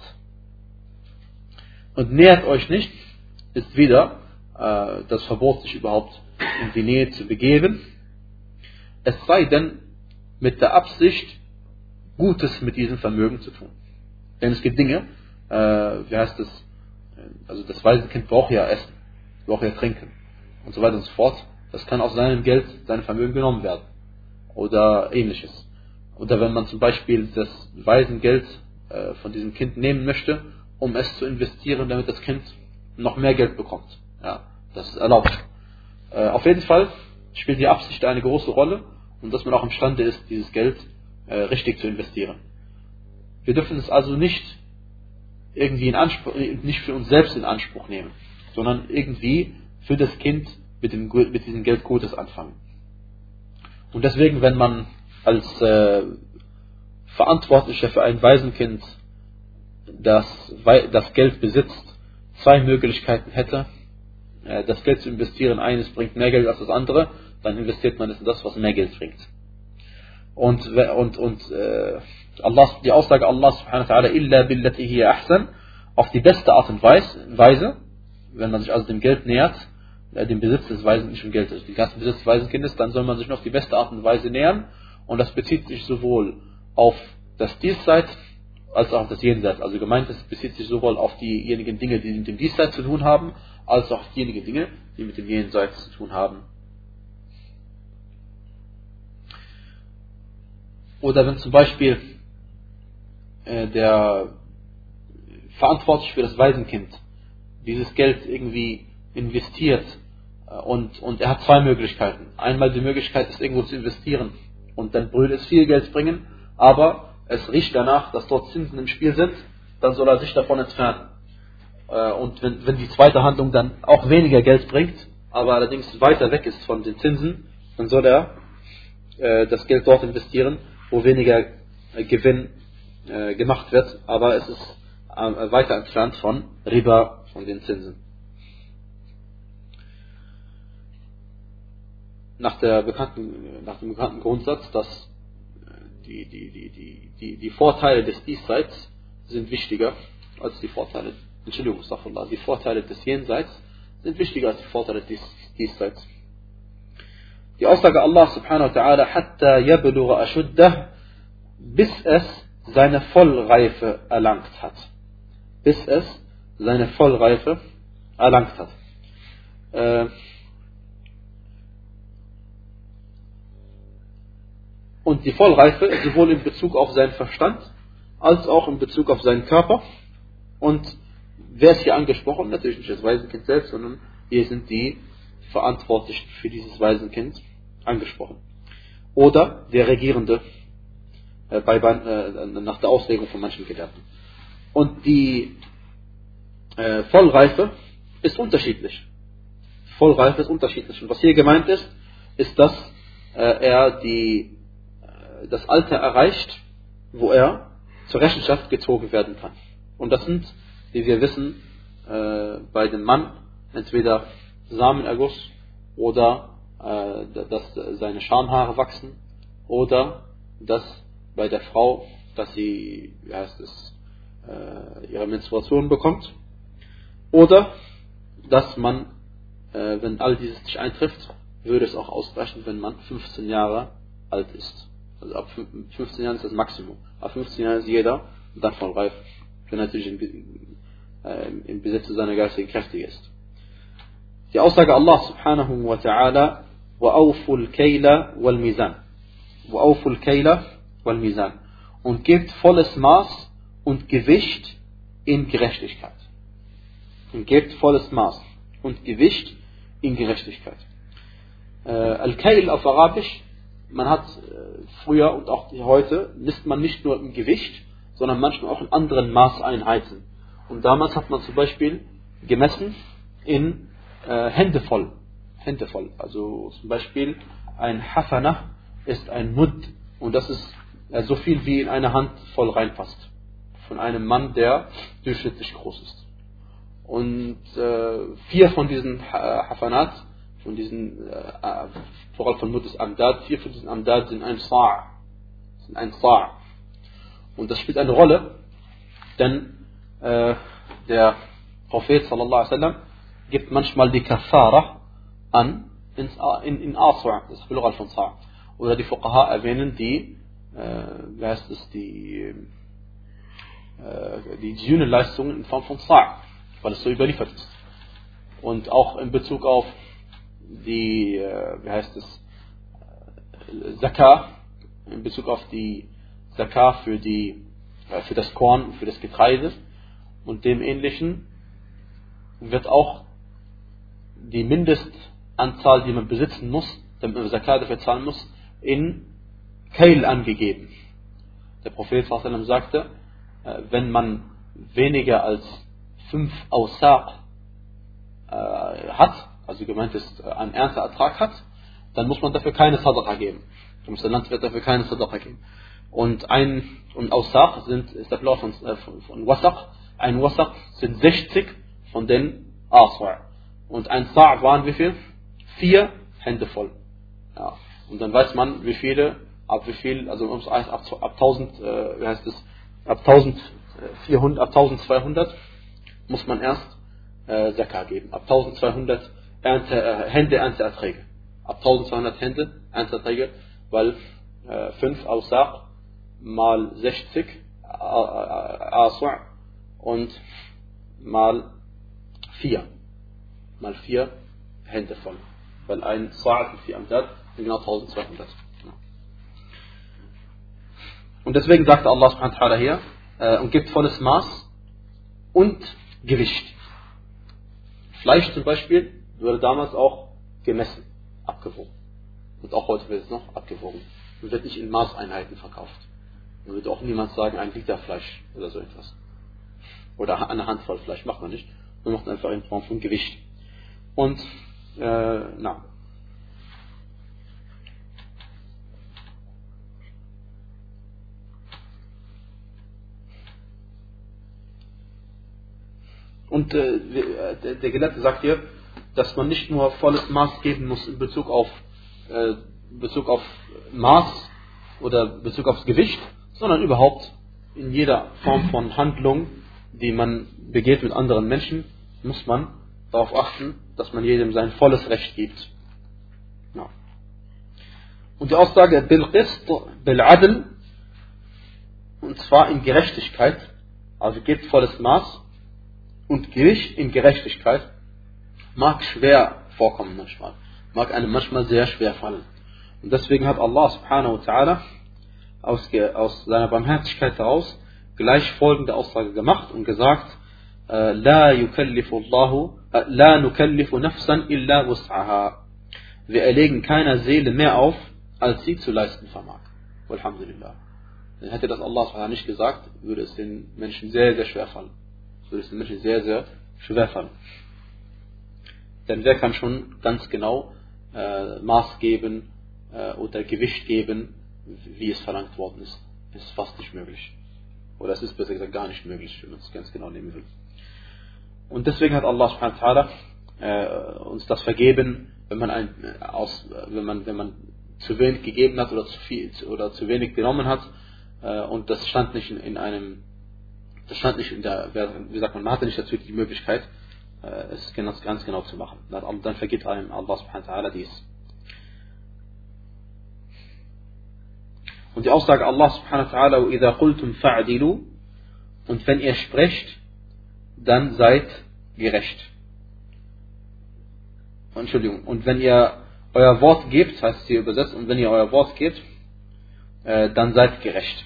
Und nähert euch nicht, ist wieder äh, das Verbot, sich überhaupt in die Nähe zu begeben, es sei denn mit der Absicht, Gutes mit diesem Vermögen zu tun. Denn es gibt Dinge, äh, wie heißt es, also das Waisenkind braucht ja Essen, braucht ja Trinken und so weiter und so fort. Das kann aus seinem Geld, seinem Vermögen genommen werden. oder ähnliches. Oder wenn man zum Beispiel das Waisengeld äh, von diesem Kind nehmen möchte, um es zu investieren, damit das Kind noch mehr Geld bekommt. Ja, das ist erlaubt. Äh, auf jeden Fall spielt die Absicht eine große Rolle und dass man auch imstande ist, dieses Geld äh, richtig zu investieren. Wir dürfen es also nicht irgendwie in Anspruch, nicht für uns selbst in Anspruch nehmen, sondern irgendwie für das Kind mit, dem, mit diesem Geld Gutes anfangen. Und deswegen, wenn man als äh, Verantwortlicher für ein Waisenkind das, das Geld besitzt, zwei Möglichkeiten hätte, äh, das Geld zu investieren, eines bringt mehr Geld als das andere, dann investiert man es in das, was mehr Geld bringt. Und, und, und äh, Allah, die Aussage Allah subhanahu wa ta'ala, illa billati hiya ahsan, auf die beste Art und Weise, wenn man sich also dem Geld nähert, äh, dem Besitz des Waisen, nicht dem Geld, also den ganzen Besitz des Waisenkindes, dann soll man sich nur auf die beste Art und Weise nähern, und das bezieht sich sowohl auf das Diesseits als auch auf das Jenseits. Also gemeint ist, bezieht sich sowohl auf diejenigen Dinge, die mit dem Diesseits zu tun haben, als auch auf diejenigen Dinge, die mit dem Jenseits zu tun haben. Oder wenn zum Beispiel äh, der verantwortlich für das Waisenkind dieses Geld irgendwie investiert äh, und, und er hat zwei Möglichkeiten. Einmal die Möglichkeit, es irgendwo zu investieren und dann würde es viel Geld bringen, aber es riecht danach, dass dort Zinsen im Spiel sind, dann soll er sich davon entfernen. Äh, und wenn, wenn die zweite Handlung dann auch weniger Geld bringt, aber allerdings weiter weg ist von den Zinsen, dann soll er äh, das Geld dort investieren, wo weniger äh, Gewinn äh, gemacht wird, aber es ist äh, weiter entfernt von Riba, von den Zinsen. Nach, der bekannten, nach dem bekannten Grundsatz, dass die, die, die, die, die, die Vorteile des Diesseits sind wichtiger als die Vorteile, Entschuldigung, die Vorteile des Jenseits sind wichtiger als die Vorteile des Diesseits. Die Aussage Allah subhanahu wa ta'ala, hatta yablugha ashuddah, bis es seine Vollreife erlangt hat. Bis es seine Vollreife erlangt hat. Äh, und die Vollreife sowohl in Bezug auf seinen Verstand, als auch in Bezug auf seinen Körper. Und wer ist hier angesprochen? Natürlich nicht das Waisenkind selbst, sondern hier sind die Verantwortlichen für dieses Waisenkind angesprochen. Oder der Regierende äh, bei, äh, nach der Auslegung von manchen Gelehrten. Und die äh, Vollreife ist unterschiedlich. Vollreife ist unterschiedlich. Und was hier gemeint ist, ist, dass äh, er die, äh, das Alter erreicht, wo er zur Rechenschaft gezogen werden kann. Und das sind, wie wir wissen, äh, bei dem Mann entweder Samenerguss oder äh, dass seine Schamhaare wachsen oder dass bei der Frau, dass sie, wie heißt es, äh, ihre Menstruation bekommt oder dass man, äh, wenn all dieses nicht eintrifft, würde es auch ausreichen, wenn man fünfzehn Jahre alt ist. Also ab fünfzehn Jahren ist das Maximum. Ab fünfzehn Jahren ist jeder dann voll reif, wenn er natürlich im, äh, im Besitz seiner geistigen Kräfte ist. Die Aussage Allah subhanahu wa ta'ala, وَأَوْفُوا الْكَيْلَ وَالْمِيزَانِ وَأَوْفُوا الْكَيْلَ وَالْمِيزَانِ und gebt volles Maß und Gewicht in Gerechtigkeit. Und gebt volles Maß und Gewicht in Gerechtigkeit. Äh, Al-Kail auf Arabisch, man hat äh, früher und auch heute, misst man nicht nur im Gewicht, sondern manchmal auch in anderen Maßeinheiten. Und damals hat man zum Beispiel gemessen in äh, Hände voll. Hände voll. Also zum Beispiel ein Hafana ist ein Mud und das ist äh, so viel wie in eine Hand voll reinpasst. Von einem Mann, der durchschnittlich groß ist. Und äh, vier von diesen Hafanat, von diesen, äh, Plural von Mud ist Amdad, vier von diesen Amdad sind ein Sa'. Sind ein Sa'. Und das spielt eine Rolle, denn äh, der Prophet sallallahu alaihi wasallam gibt manchmal die Kaffara an in, in, in Asa', das Plural von Sa'. Oder die Fuqaha erwähnen die, äh, wie heißt es, die, äh, die Sühneleistungen in Form von Sa', weil es so überliefert ist. Und auch in Bezug auf die, äh, wie heißt es, Zakah, in Bezug auf die Zakah für, die, für das Korn, für das Getreide und dem Ähnlichen, wird auch die Mindestanzahl, die man besitzen muss, damit man Zakah dafür zahlen muss, in Kail angegeben. Der Prophet sallallahu alaihi wasallam sagte, wenn man weniger als fünf Awsaq äh, hat, also gemeint ist, einen Ernteertrag hat, dann muss man dafür keine Sadaqa geben. Dann muss der Landwirt dafür keine Sadaqa geben. Und ein und Awsaq sind, ist der Plural von, äh, von, von Wasaq. Ein Wasaq sind sechzig von den Aswa'. Und ein Sa' waren wie viel? Vier Hände voll. Ja. Und dann weiß man, wie viele, ab wie viel, also ab, ab tausend, äh, wie heißt es, ab eintausendvierhundert, ab eintausendzweihundert muss man erst äh, Zakah geben. Ab eintausendzweihundert Ernte, äh, Hände Ernteerträge. Ab eintausendzweihundert Hände Ernteerträge, weil äh, fünf Awsaq mal sechzig Aswa' und mal vier. Mal vier Hände voll. Weil ein Sa' mit vier Amdad sind genau eintausendzweihundert. Und deswegen sagt Allah subhanahu wa ta'ala hier, äh, und gibt volles Maß und Gewicht. Fleisch zum Beispiel wurde damals auch gemessen, abgewogen. Und auch heute wird es noch abgewogen. Und wird nicht in Maßeinheiten verkauft. Man wird auch niemand sagen, ein Liter Fleisch oder so etwas. Oder eine Handvoll Fleisch, macht man nicht. Man macht einfach in Form von Gewicht. Und, äh, na. Und äh, der, der Gelehrte sagt hier, dass man nicht nur volles Maß geben muss in Bezug auf, äh, Bezug auf Maß oder Bezug aufs Gewicht, sondern überhaupt in jeder Form von Handlung, die man begeht mit anderen Menschen, muss man darauf achten, dass man jedem sein volles Recht gibt. Ja. Und die Aussage bil qist bil adl, und zwar in Gerechtigkeit, also gibt volles Maß und Gewicht in Gerechtigkeit, mag schwer vorkommen manchmal, mag einem manchmal sehr schwer fallen. Und deswegen hat Allah subhanahu wa ta'ala aus, aus seiner Barmherzigkeit heraus gleich folgende Aussage gemacht und gesagt, La yukallifu Allahu, la nukallifu nafsan illa wus'aha. Wir erlegen keiner Seele mehr auf, als sie zu leisten vermag. Walhamdulillah. Dann hätte das Allah subhanahu nicht gesagt, würde es den Menschen sehr, sehr schwer fallen. Würde es den Menschen sehr, sehr schwer fallen. Denn wer kann schon ganz genau äh, Maß geben äh, oder Gewicht geben, wie es verlangt worden ist? Ist fast nicht möglich. Oder es ist besser gesagt gar nicht möglich, wenn man es ganz genau nehmen will. Und deswegen hat Allah subhanahu wa ta'ala äh, uns das vergeben, wenn man, ein, äh, aus, wenn, man, wenn man zu wenig gegeben hat oder zu viel oder zu wenig genommen hat äh, und das stand nicht in, in einem, das stand nicht in der, wie sagt man, man hatte nicht dazu die Möglichkeit, äh, es ganz, ganz genau zu machen. Dann, dann vergibt einem Allah subhanahu wa ta'ala dies. Und die Aussage Allah subhanahu wa ta'ala, وَإِذَا قُلْتُمْ فَعْدِلُوا, und wenn ihr sprecht, dann seid gerecht. Entschuldigung, und wenn ihr euer Wort gebt, heißt es hier übersetzt, und wenn ihr euer Wort gebt, äh, dann seid gerecht.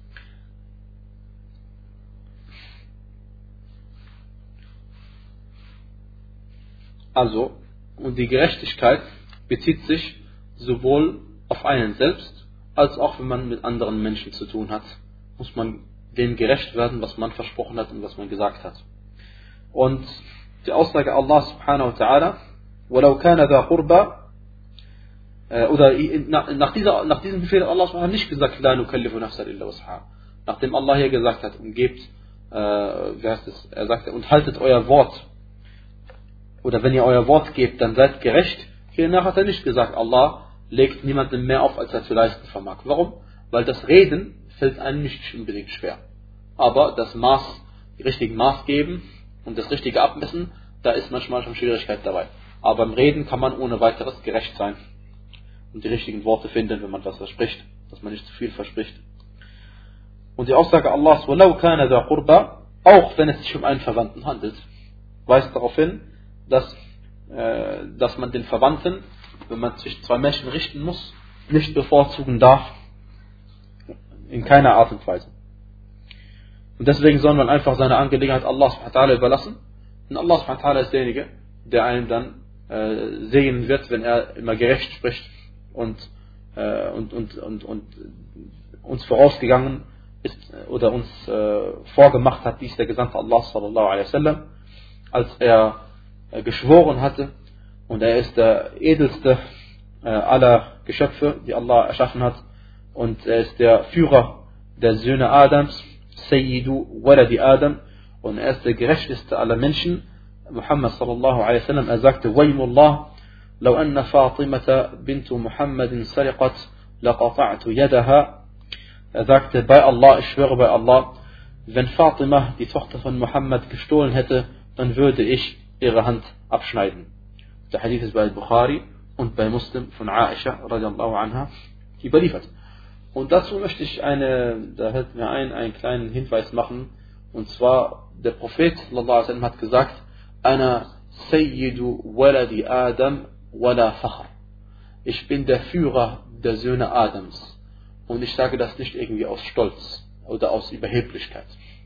Also, und die Gerechtigkeit bezieht sich sowohl auf einen selbst, als auch wenn man mit anderen Menschen zu tun hat, muss man dem gerecht werden, was man versprochen hat und was man gesagt hat. Und die Aussage Allah subhanahu wa ta'ala, وَلَوْ كَانَ ذَا قُرْبَى, oder nach, dieser, nach diesem Befehl hat Allah subhanahu wa ta'ala nicht gesagt, لَا نُكَلِّفُ نَفْسًا إِلَّا وُسْعَهَا. Nachdem Allah hier gesagt hat, und gebt, äh, wie heißt es, er sagte, und haltet euer Wort, oder wenn ihr euer Wort gebt, dann seid gerecht. Hiernach hat er nicht gesagt, Allah legt niemandem mehr auf, als er zu leisten vermag. Warum? Weil das Reden fällt einem nicht unbedingt schwer. Aber das Maß, die richtigen Maß geben und das richtige Abmessen, da ist manchmal schon Schwierigkeit dabei. Aber beim Reden kann man ohne weiteres gerecht sein und die richtigen Worte finden, wenn man was verspricht, dass man nicht zu viel verspricht. Und die Aussage Allahs, وَلَوْ كَانَ ذَا قُرْبَى, auch wenn es sich um einen Verwandten handelt, weist darauf hin, dass, äh, dass man den Verwandten, wenn man zwischen zwei Menschen richten muss, nicht bevorzugen darf, in keiner Art und Weise. Und deswegen soll man einfach seine Angelegenheit Allah subhanahu wa ta'ala überlassen. Und Allah subhanahu wa ta'ala ist derjenige, der einen dann äh, segnen wird, wenn er immer gerecht spricht und, äh, und, und, und, und uns vorausgegangen ist oder uns äh, vorgemacht hat, dies der Gesandte Allah sallallahu alaihi wasallam, als er äh, geschworen hatte, und er ist der edelste äh, aller Geschöpfe, die Allah erschaffen hat, und er ist der Führer der Söhne Adams, Sayyidu Waladi Adam, und er ist der gerechteste aller Menschen, Muhammad sallallahu alaihi wasallam. Er sagte: Waymullah, law anna Fatimata bintu Muhammadin sariqat, laqata'tu yadaha. Er sagte: Bei Allah, ich schwöre bei Allah, wenn Fatima, die Tochter von Muhammad, gestohlen hätte, dann würde ich ihre Hand abschneiden. Der Hadith ist bei Bukhari und bei Muslim von Aisha radiallahu anha überliefert. Und dazu möchte ich eine, da hält mir ein, einen kleinen Hinweis machen. Und zwar, der Prophet sallallahu alaihi wasallam hat gesagt: Ana Sayyidu Waladi Adam wala Fakhr. Ich bin der Führer der Söhne Adams. Und ich sage das nicht irgendwie aus Stolz oder aus Überheblichkeit.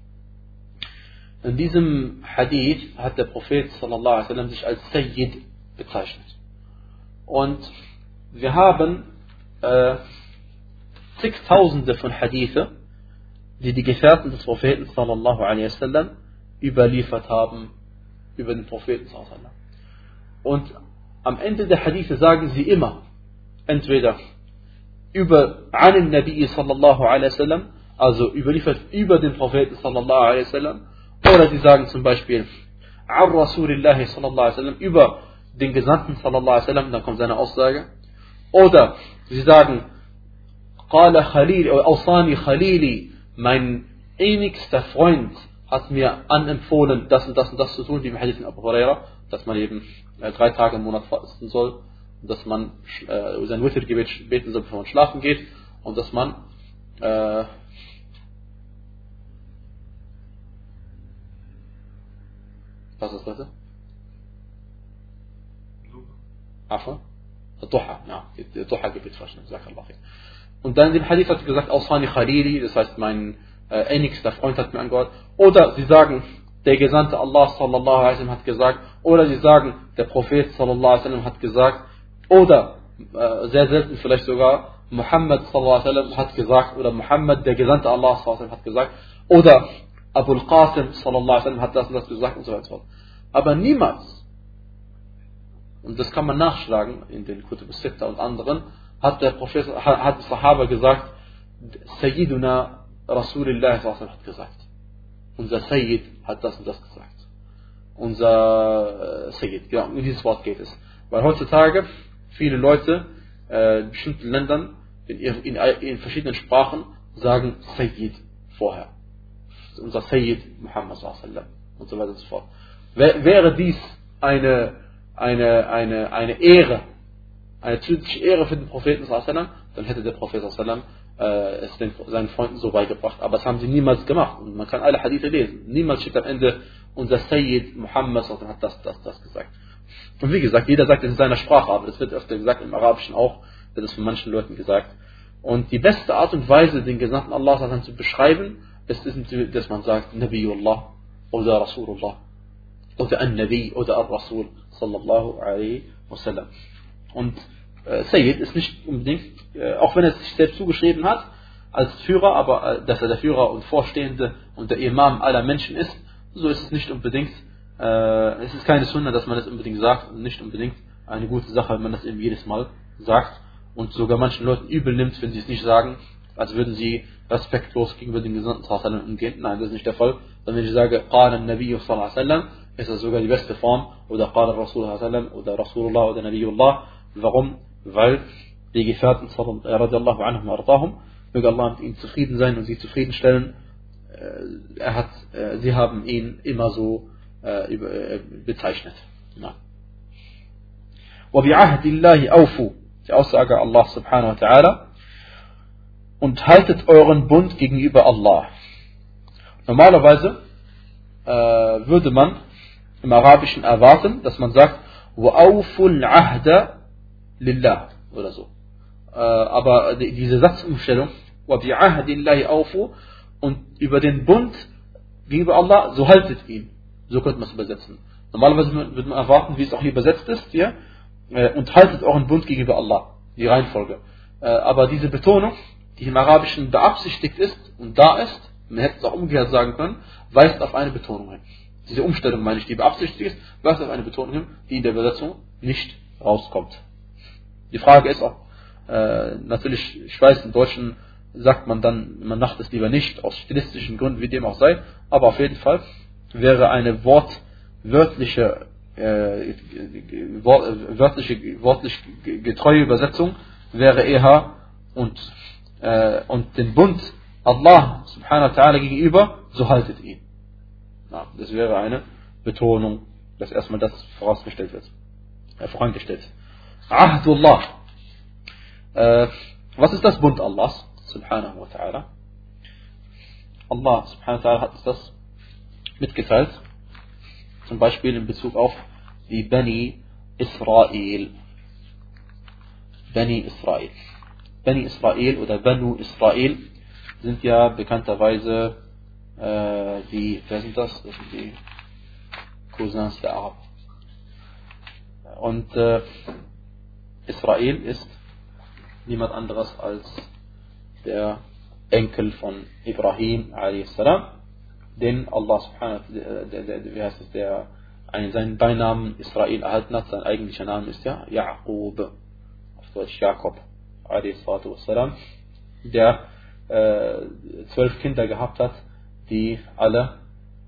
In diesem Hadith hat der Prophet sallallahu alaihi wasallam sich als Sayyid bezeichnet. Und wir haben äh, zigtausende von Hadithe, die die Gefährten des Propheten sallallahu alaihi wasallam überliefert haben über den Propheten sallallahu alaihi wasallam. Und am Ende der Hadithe sagen sie immer, entweder über an Nabi sallallahu alaihi wasallam, also überliefert über den Propheten sallallahu alaihi wasallam, oder sie sagen zum Beispiel an Rasulillahi sallallahu alaihi wasallam, über den Gesandten sallallahu alaihi wasallam, dann kommt seine Aussage, oder sie sagen Qala Khalili oder Awsani Khalili, mein innigster Freund hat mir anempfohlen, das und das und das zu tun, wie im Hadith von Abu Huraira, dass man eben äh, drei Tage im Monat fasten soll, und dass man äh, sein Witr-Gebet beten soll, bevor man schlafen geht, und dass man äh, was ist das, Leute? Afa? Duha, ja, Duha-Gebet verstanden, sag Allah. Und dann in dem Hadith hat sie gesagt, Awsani Khalili, das heißt, mein äh, innigster Freund hat mir angehört. Oder sie sagen, der Gesandte Allah sallallahu alaihi wasallam hat gesagt. Oder sie sagen, der Prophet sallallahu alaihi wasallam hat gesagt. Oder, äh, sehr selten vielleicht sogar, Muhammad sallallahu alaihi wasallam hat gesagt. Oder Muhammad, der Gesandte Allah sallallahu alaihi wasallam hat gesagt. Oder Abu al-Qasim sallallahu alaihi wasallam hat das und das gesagt und so weiter. Aber niemals, und das kann man nachschlagen in den Kutub al-Sitta und anderen, hat der Prophet, hat der Sahaba gesagt, Sayyiduna Rasulullah hat gesagt. Unser Sayyid hat das und das gesagt. Unser Sayyid, genau, um dieses Wort geht es. Weil heutzutage viele Leute äh, in bestimmten Ländern in, in, in verschiedenen Sprachen sagen Sayyid vorher. Unser Sayyid Muhammad sallallahu und so weiter und so fort. Wäre dies eine, eine, eine, eine Ehre, eine zusätzliche Ehre für den Propheten sallallahu, dann hätte der Prophet sallallahu äh, es den, seinen Freunden so beigebracht. Aber das haben sie niemals gemacht. Und man kann alle Hadithe lesen. Niemals steht am Ende, unser Sayyid Muhammad sallallahu hat das, das, das gesagt. Und wie gesagt, jeder sagt es in seiner Sprache, aber das wird öfter gesagt, im Arabischen auch, wird es von manchen Leuten gesagt. Und die beste Art und Weise, den Gesandten Allah sallallahu zu beschreiben, ist, dass man sagt, Nabiullah oder Rasulullah oder An-Nabi oder Ar-Rasul sallallahu alaihi wasallam. Und äh, Sayyid ist nicht unbedingt, äh, auch wenn er sich selbst zugeschrieben hat, als Führer, aber äh, dass er der Führer und Vorstehende und der Imam aller Menschen ist, so ist es nicht unbedingt, äh, es ist keine Sunna, dass man das unbedingt sagt, und nicht unbedingt eine gute Sache, wenn man das eben jedes Mal sagt und sogar manchen Leuten übel nimmt, wenn sie es nicht sagen, als würden sie respektlos gegenüber den Gesandten sallallahu alaihi wasallam umgehen. Nein, das ist nicht der Fall. Sondern wenn ich sage, Qala an-Nabi sallallahu alaihi wasallam, ist das sogar die beste Form, oder Qala Rasul sallallahu alaihi wasallam, oder Rasulullah oder Nabiullah. Warum? Weil die Gefährten radiallahu anhum ardahum, möge Allah mit ihnen zufrieden sein und sie zufriedenstellen, er hat, sie haben ihn immer so äh, bezeichnet. Ja. وَبِعَهْدِ اللَّهِ أَوْفُوا, die Aussage Allah subhanahu wa ta'ala, und haltet euren Bund gegenüber Allah. Normalerweise äh, würde man im Arabischen erwarten, dass man sagt, وَأَوْفُوا الْعَهْدَ لِلَّهِ oder so. äh, aber die, diese Satzumstellung, وَبِعَهْدِ اللَّهِ أَوْفُوا, und über den Bund gegenüber Allah, so haltet ihn. So könnte man es übersetzen. Normalerweise würde man erwarten, wie es auch hier übersetzt ist, hier, äh, und haltet euren Bund gegenüber Allah. Die Reihenfolge. Äh, aber diese Betonung, die im Arabischen beabsichtigt ist und da ist, man hätte es auch umgekehrt sagen können, weist auf eine Betonung hin. Diese Umstellung, meine ich, die beabsichtigt ist, weist auf eine Betonung hin, die in der Übersetzung nicht rauskommt. Die Frage ist auch, äh, natürlich, ich weiß, im Deutschen sagt man dann, man macht es lieber nicht, aus stilistischen Gründen, wie dem auch sei, aber auf jeden Fall wäre eine wortwörtliche, äh, wörtliche, wortlich getreue Übersetzung, wäre eher und, äh, und den Bund Allah subhanahu wa ta'ala gegenüber, so haltet ihn. Ja, das wäre eine Betonung, dass erstmal das vorausgestellt wird, äh, vorangestellt. Ahdullah. Äh, was ist das Bund Allahs subhanahu wa ta'ala? Allah subhanahu wa ta'ala hat uns das mitgeteilt, zum Beispiel in Bezug auf die Bani Israel. Bani Israel. Bani Israel oder Banu Israel sind ja bekannterweise äh, die, wer sind das? Das sind die Cousins der Araber. Und äh, Israel ist niemand anderes als der Enkel von Ibrahim a s, den Allah subhanahu wa ta'ala, der, der, wie heißt es, der einen, seinen Beinamen Israel erhalten hat. Sein eigentlicher Name ist ja Ya'qub, auf Deutsch Jakob a s, der äh, zwölf Kinder gehabt hat, die alle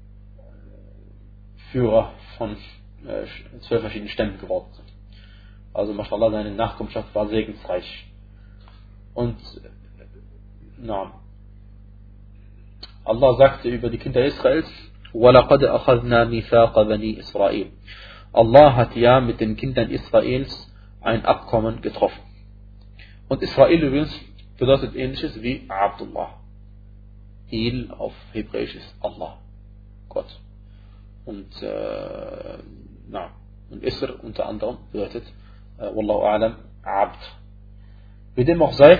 Führer von äh, zwölf verschiedenen Stämmen geworden sind. Also mashallah, seine Nachkommenschaft war segensreich. Und na, Allah sagte über die Kinder Israels, وَلَقَدْ أَخَذْنَا مِيثَاقَ بَنِي إِسْرَائِيل. Allah hat ja mit den Kindern Israels ein Abkommen getroffen. Und Israel übrigens bedeutet ähnliches wie Abdullah. Il auf Hebräisch ist Allah, Gott. Und, äh, na, und Isr unter anderem bedeutet, äh, Wallahu a'lam, Abd. Wie dem auch sei,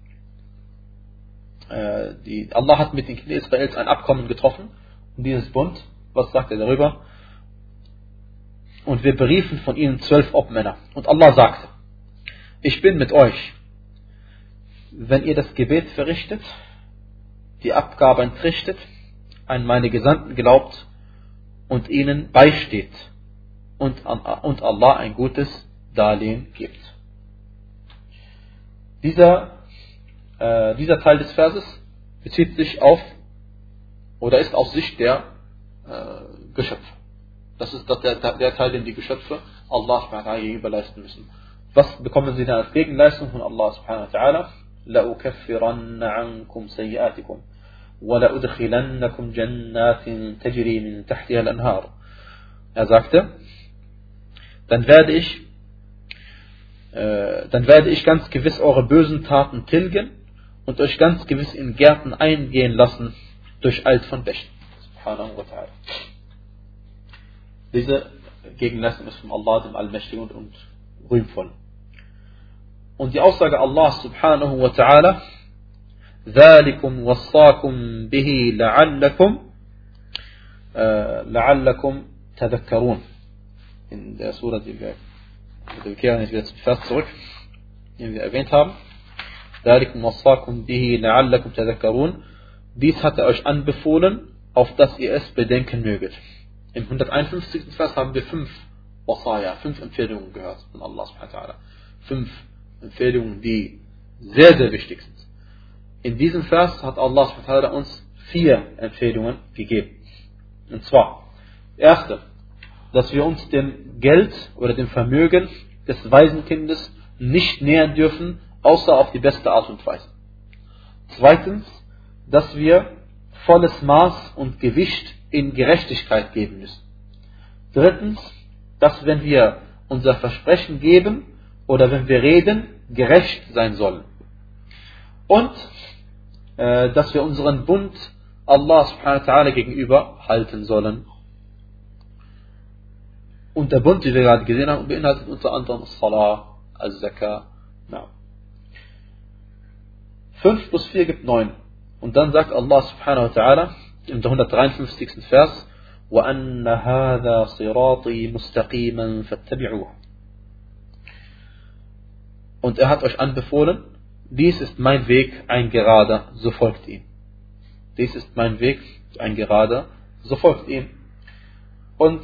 äh, die, Allah hat mit den Kindern Israels ein Abkommen getroffen. Und dieses Bund, was sagt er darüber? Und wir beriefen von ihnen zwölf Obmänner. Und Allah sagte, ich bin mit euch, wenn ihr das Gebet verrichtet, die Abgabe entrichtet, an meine Gesandten glaubt und ihnen beisteht und, und Allah ein gutes Darlehen gibt. Dieser, äh, dieser Teil des Verses bezieht sich auf oder ist aus Sicht der äh, Geschöpfe. Das ist das, der, der Teil, den die Geschöpfe Allah subhanahu wa ta'ala gegenüber leisten müssen. Was bekommen sie dann als Gegenleistung von Allah subhanahu wa ta'ala? لَأُكَفِّرَنَّ عَنْكُمْ سَيِّئَاتِكُمْ وَلَأُدْخِلَنَّكُمْ جَنَّاتٍ تَجْرِي مِنْ تَحْتِهَا الْأَنْهَارُ. Er sagte, dann werde ich äh, dann werde ich ganz gewiss eure bösen Taten tilgen und euch ganz gewiss in Gärten eingehen lassen, durcheilt von Bächen. Subhanahu wa ta'ala. Diese Gegenleistung ist von Allah, dem Allmächtigen und, und Rühmvollen. Und die Aussage Allah subhanahu wa ta'ala, ذَلِكُمْ وَصَّاكُمْ بِهِ لَعَلَّكُمْ لَعَلَّكُمْ تَذَكَّرُونَ. In der Surah, die wir, wir kehren jetzt wieder zum Vers zurück, den wir erwähnt haben. ذَلِكُمْ وَصَّاكُمْ بِهِ لَعَلَّكُمْ تَذَكَّرُونَ. Dies hat er euch anbefohlen, auf dass ihr es bedenken möget. Im hunderteinundfünfzigsten Vers haben wir fünf Wasaya, fünf Empfehlungen gehört von Allah subhanahu wa ta'ala. Fünf Empfehlungen, die sehr, sehr wichtig sind. In diesem Vers hat Allah subhanahu wa ta'ala uns vier Empfehlungen gegeben. Und zwar, erste, dass wir uns dem Geld oder dem Vermögen des Waisenkindes nicht nähern dürfen, außer auf die beste Art und Weise. Zweitens, dass wir volles Maß und Gewicht in Gerechtigkeit geben müssen. Drittens, dass wenn wir unser Versprechen geben oder wenn wir reden, gerecht sein sollen. Und äh, dass wir unseren Bund Allah subhanahu wa ta'ala gegenüber halten sollen. Und der Bund, den wir gerade gesehen haben, beinhaltet unter anderem Salah, Al-Zakah. Ja. fünf plus vier gibt neun. Und dann sagt Allah subhanahu wa ta'ala im hundertdreiundfünfzigsten Vers, وَأَنَّ هَذَا صِرَاطِي مُسْتَقِيمًا فَاتَّبِعُوهُ. Und er hat euch anbefohlen, dies ist mein Weg, ein gerader, so folgt ihm. Dies ist mein Weg, ein gerader, so folgt ihm. Und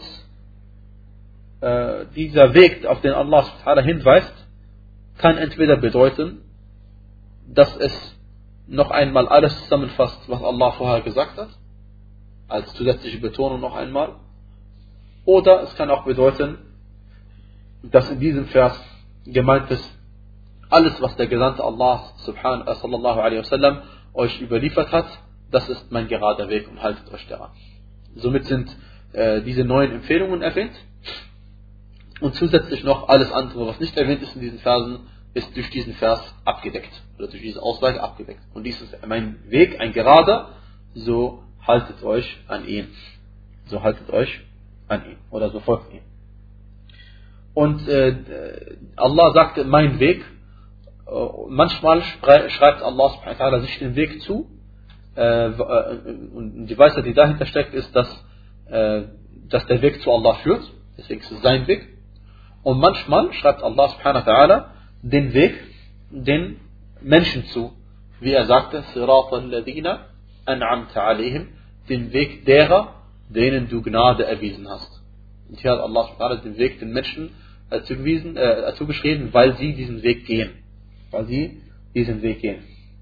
äh, dieser Weg, auf den Allah subhanahu wa ta'ala hinweist, kann entweder bedeuten, dass es noch einmal alles zusammenfasst, was Allah vorher gesagt hat, als zusätzliche Betonung noch einmal. Oder es kann auch bedeuten, dass in diesem Vers gemeint ist, alles, was der Gesandte Allah subhanahu sallallahu alaihi wasallam euch überliefert hat, das ist mein gerader Weg und haltet euch daran. Somit sind äh, diese neuen Empfehlungen erwähnt. Und zusätzlich noch alles andere, was nicht erwähnt ist in diesen Versen, ist durch diesen Vers abgedeckt. Oder durch diese Aussage abgedeckt. Und dies ist mein Weg, ein gerader, so haltet euch an ihn. So haltet euch an ihn. Oder so folgt ihm. Und äh, Allah sagte, mein Weg. Äh, manchmal schreibt Allah subhanahu wa ta'ala sich den Weg zu. Äh, und die Weisheit, die dahinter steckt, ist, dass, äh, dass der Weg zu Allah führt. Deswegen ist es sein Weg. Und manchmal schreibt Allah subhanahu wa ta'ala den Weg den Menschen zu. Wie er sagte, Sirata alladhina an'amta alayhim, den Weg derer, denen du Gnade erwiesen hast. Und hier hat Allah subhanahu wa ta'ala den Weg den Menschen äh, zugewiesen, äh, zugeschrieben, weil sie diesen Weg gehen. Weil sie diesen Weg gehen.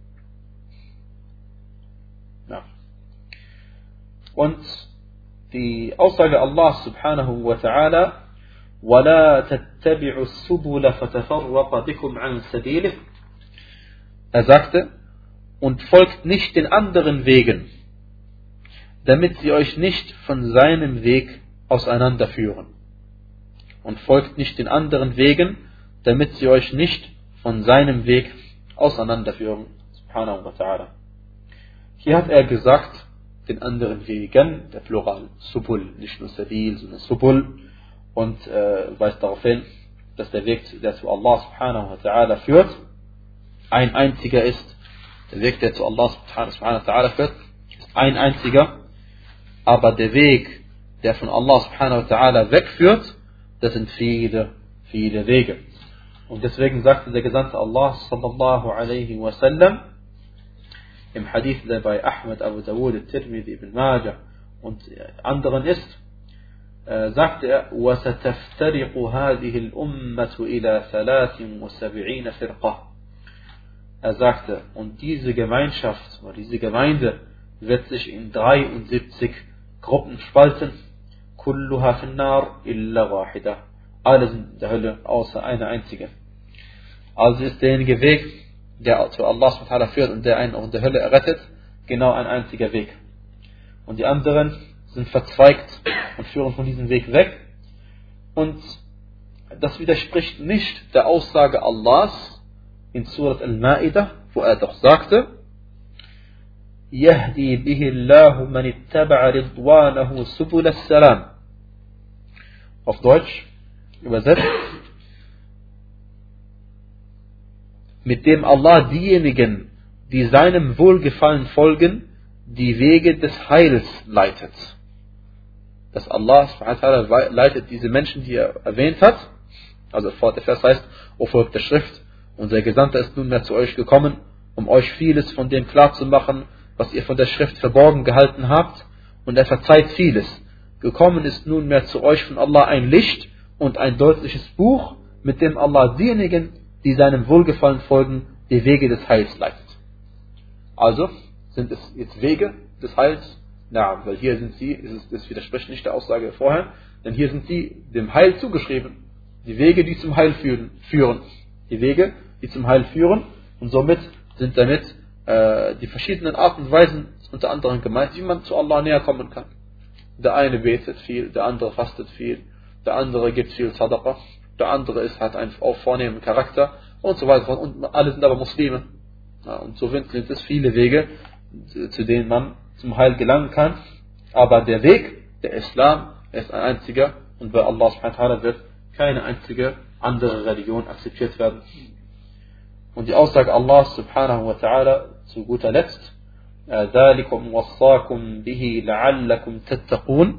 Ja. Und die Aussage Allah subhanahu wa ta'ala, وَلَا تَتَّبِعُوا السُّبُلَ فَتَفَرَّقَ بِكُمْ عَنْ سَبِيلِهِ. Er sagte, und folgt nicht den anderen Wegen, damit sie euch nicht von seinem Weg auseinanderführen. Und folgt nicht den anderen Wegen, damit sie euch nicht von seinem Weg auseinanderführen. Subhanahu wa ta'ala. Hier hat er gesagt, den anderen Wegen, der Plural Subul, nicht nur Sabil, sondern Subul, und äh, weist darauf hin, dass der Weg, der zu Allah subhanahu wa ta'ala führt, ein einziger ist. Der Weg, der zu Allah subhanahu wa ta'ala führt, ist ein einziger, aber der Weg, der von Allah subhanahu wa ta'ala wegführt, das sind viele, viele Wege. Und deswegen sagte der Gesandte Allah sallallahu alaihi wa sallam im Hadith, der bei Ahmed, Abu Dawud, Tirmidhi, Ibn Majah und anderen ist, äh, sagte er, وَسَتَفْتَرِقُ هَذِهِ الْأُمَّةُ إِلَى ثَلَاثٍ وَسَبْعِينَ فِرْقَةٍ. Er sagte, und diese Gemeinschaft, oder diese Gemeinde wird sich in dreiundsiebzig Gruppen spalten. كُلُّهَا فِي النَّارِ إِلَّا وَاحِدَةً. Alle sind in der Hölle, außer eine einzige. Also ist derjenige Weg, der zu Allah subhanahu wa ta'ala führt und der einen auch in der Hölle errettet, genau ein einziger Weg. Und die anderen sind verzweigt und führen von diesem Weg weg. Und das widerspricht nicht der Aussage Allahs in Surat Al-Ma'idah, wo er doch sagte, يَهْدِي بِهِ اللَّهُ مَنِ اتَّبَعَ رِضْوَانَهُ سُبُلَ السَّلَامِ. Auf Deutsch übersetzt, mit dem Allah diejenigen, die seinem Wohlgefallen folgen, die Wege des Heils leitet. Dass Allah leitet diese Menschen, die er erwähnt hat, also der Vers heißt, O Volk der Schrift, unser Gesandter ist nunmehr zu euch gekommen, um euch vieles von dem klarzumachen, was ihr von der Schrift verborgen gehalten habt, und er verzeiht vieles. Gekommen ist nunmehr zu euch von Allah ein Licht und ein deutliches Buch, mit dem Allah diejenigen, die seinem Wohlgefallen folgen, die Wege des Heils leitet. Also sind es jetzt Wege des Heils? Ja, weil hier sind sie, ist es, das widerspricht nicht der Aussage vorher, denn hier sind sie dem Heil zugeschrieben. Die Wege, die zum Heil führen. führen. Die Wege, die zum Heil führen, und somit sind damit äh, die verschiedenen Arten und Weisen unter anderem gemeint, wie man zu Allah näher kommen kann. Der eine betet viel, der andere fastet viel, der andere gibt viel Sadaqa, der andere ist, hat einen auch vornehmen Charakter und so weiter. Und alle sind aber Muslime. Ja, und so sind es viele Wege, zu denen man zum Heil gelangen kann. Aber der Weg, der Islam, ist ein einziger, und bei Allah subhanahu wa ta'ala wird keine einzige andere Religion akzeptiert werden. Und die Aussage Allah subhanahu wa ta'ala zu guter Letzt, ذَلِكُمْ وَصَّاكُمْ بِهِ لَعَلَّكُمْ تَتَّقُونَ.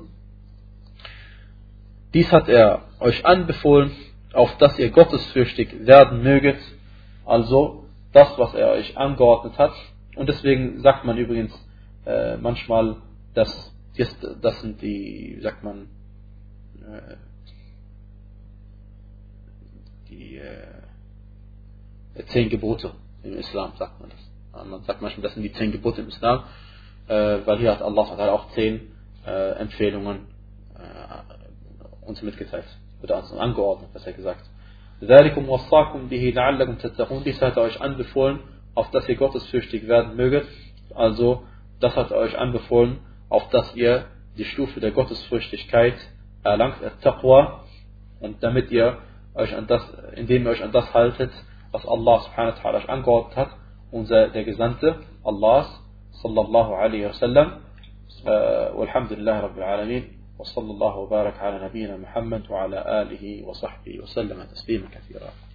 Dies hat er euch anbefohlen, auf dass ihr gottesfürchtig werden möget, also das, was er euch angeordnet hat. Und deswegen sagt man übrigens äh, manchmal, dass das sind die, wie sagt man, äh, die äh, zehn Gebote im Islam, sagt man das. Man sagt manchmal, das sind die zehn Gebote im Islam, äh, weil hier hat Allah auch zehn äh, Empfehlungen äh, uns mitgeteilt, oder uns angeordnet, besser gesagt. ذَلِكُمْ وَصَّاكُمْ بِهِ لَعَلَّكُمْ تَتَّقُونَ. Dies hat er euch anbefohlen, auf dass ihr gottesfürchtig werden möget. Also, das hat er euch anbefohlen, auf dass ihr die Stufe der Gottesfürchtigkeit erlangt, Taqwa, und damit ihr euch an das, indem ihr euch an das haltet, was Allah subhanahu wa ta'ala euch angeordnet hat, unser der Gesandte Allahs sallallahu alaihi wasallam. Walhamdulillahi rabbil alamin. وصلى الله وبارك على نبينا محمد وعلى آله وصحبه وسلم تسليما كثيرا.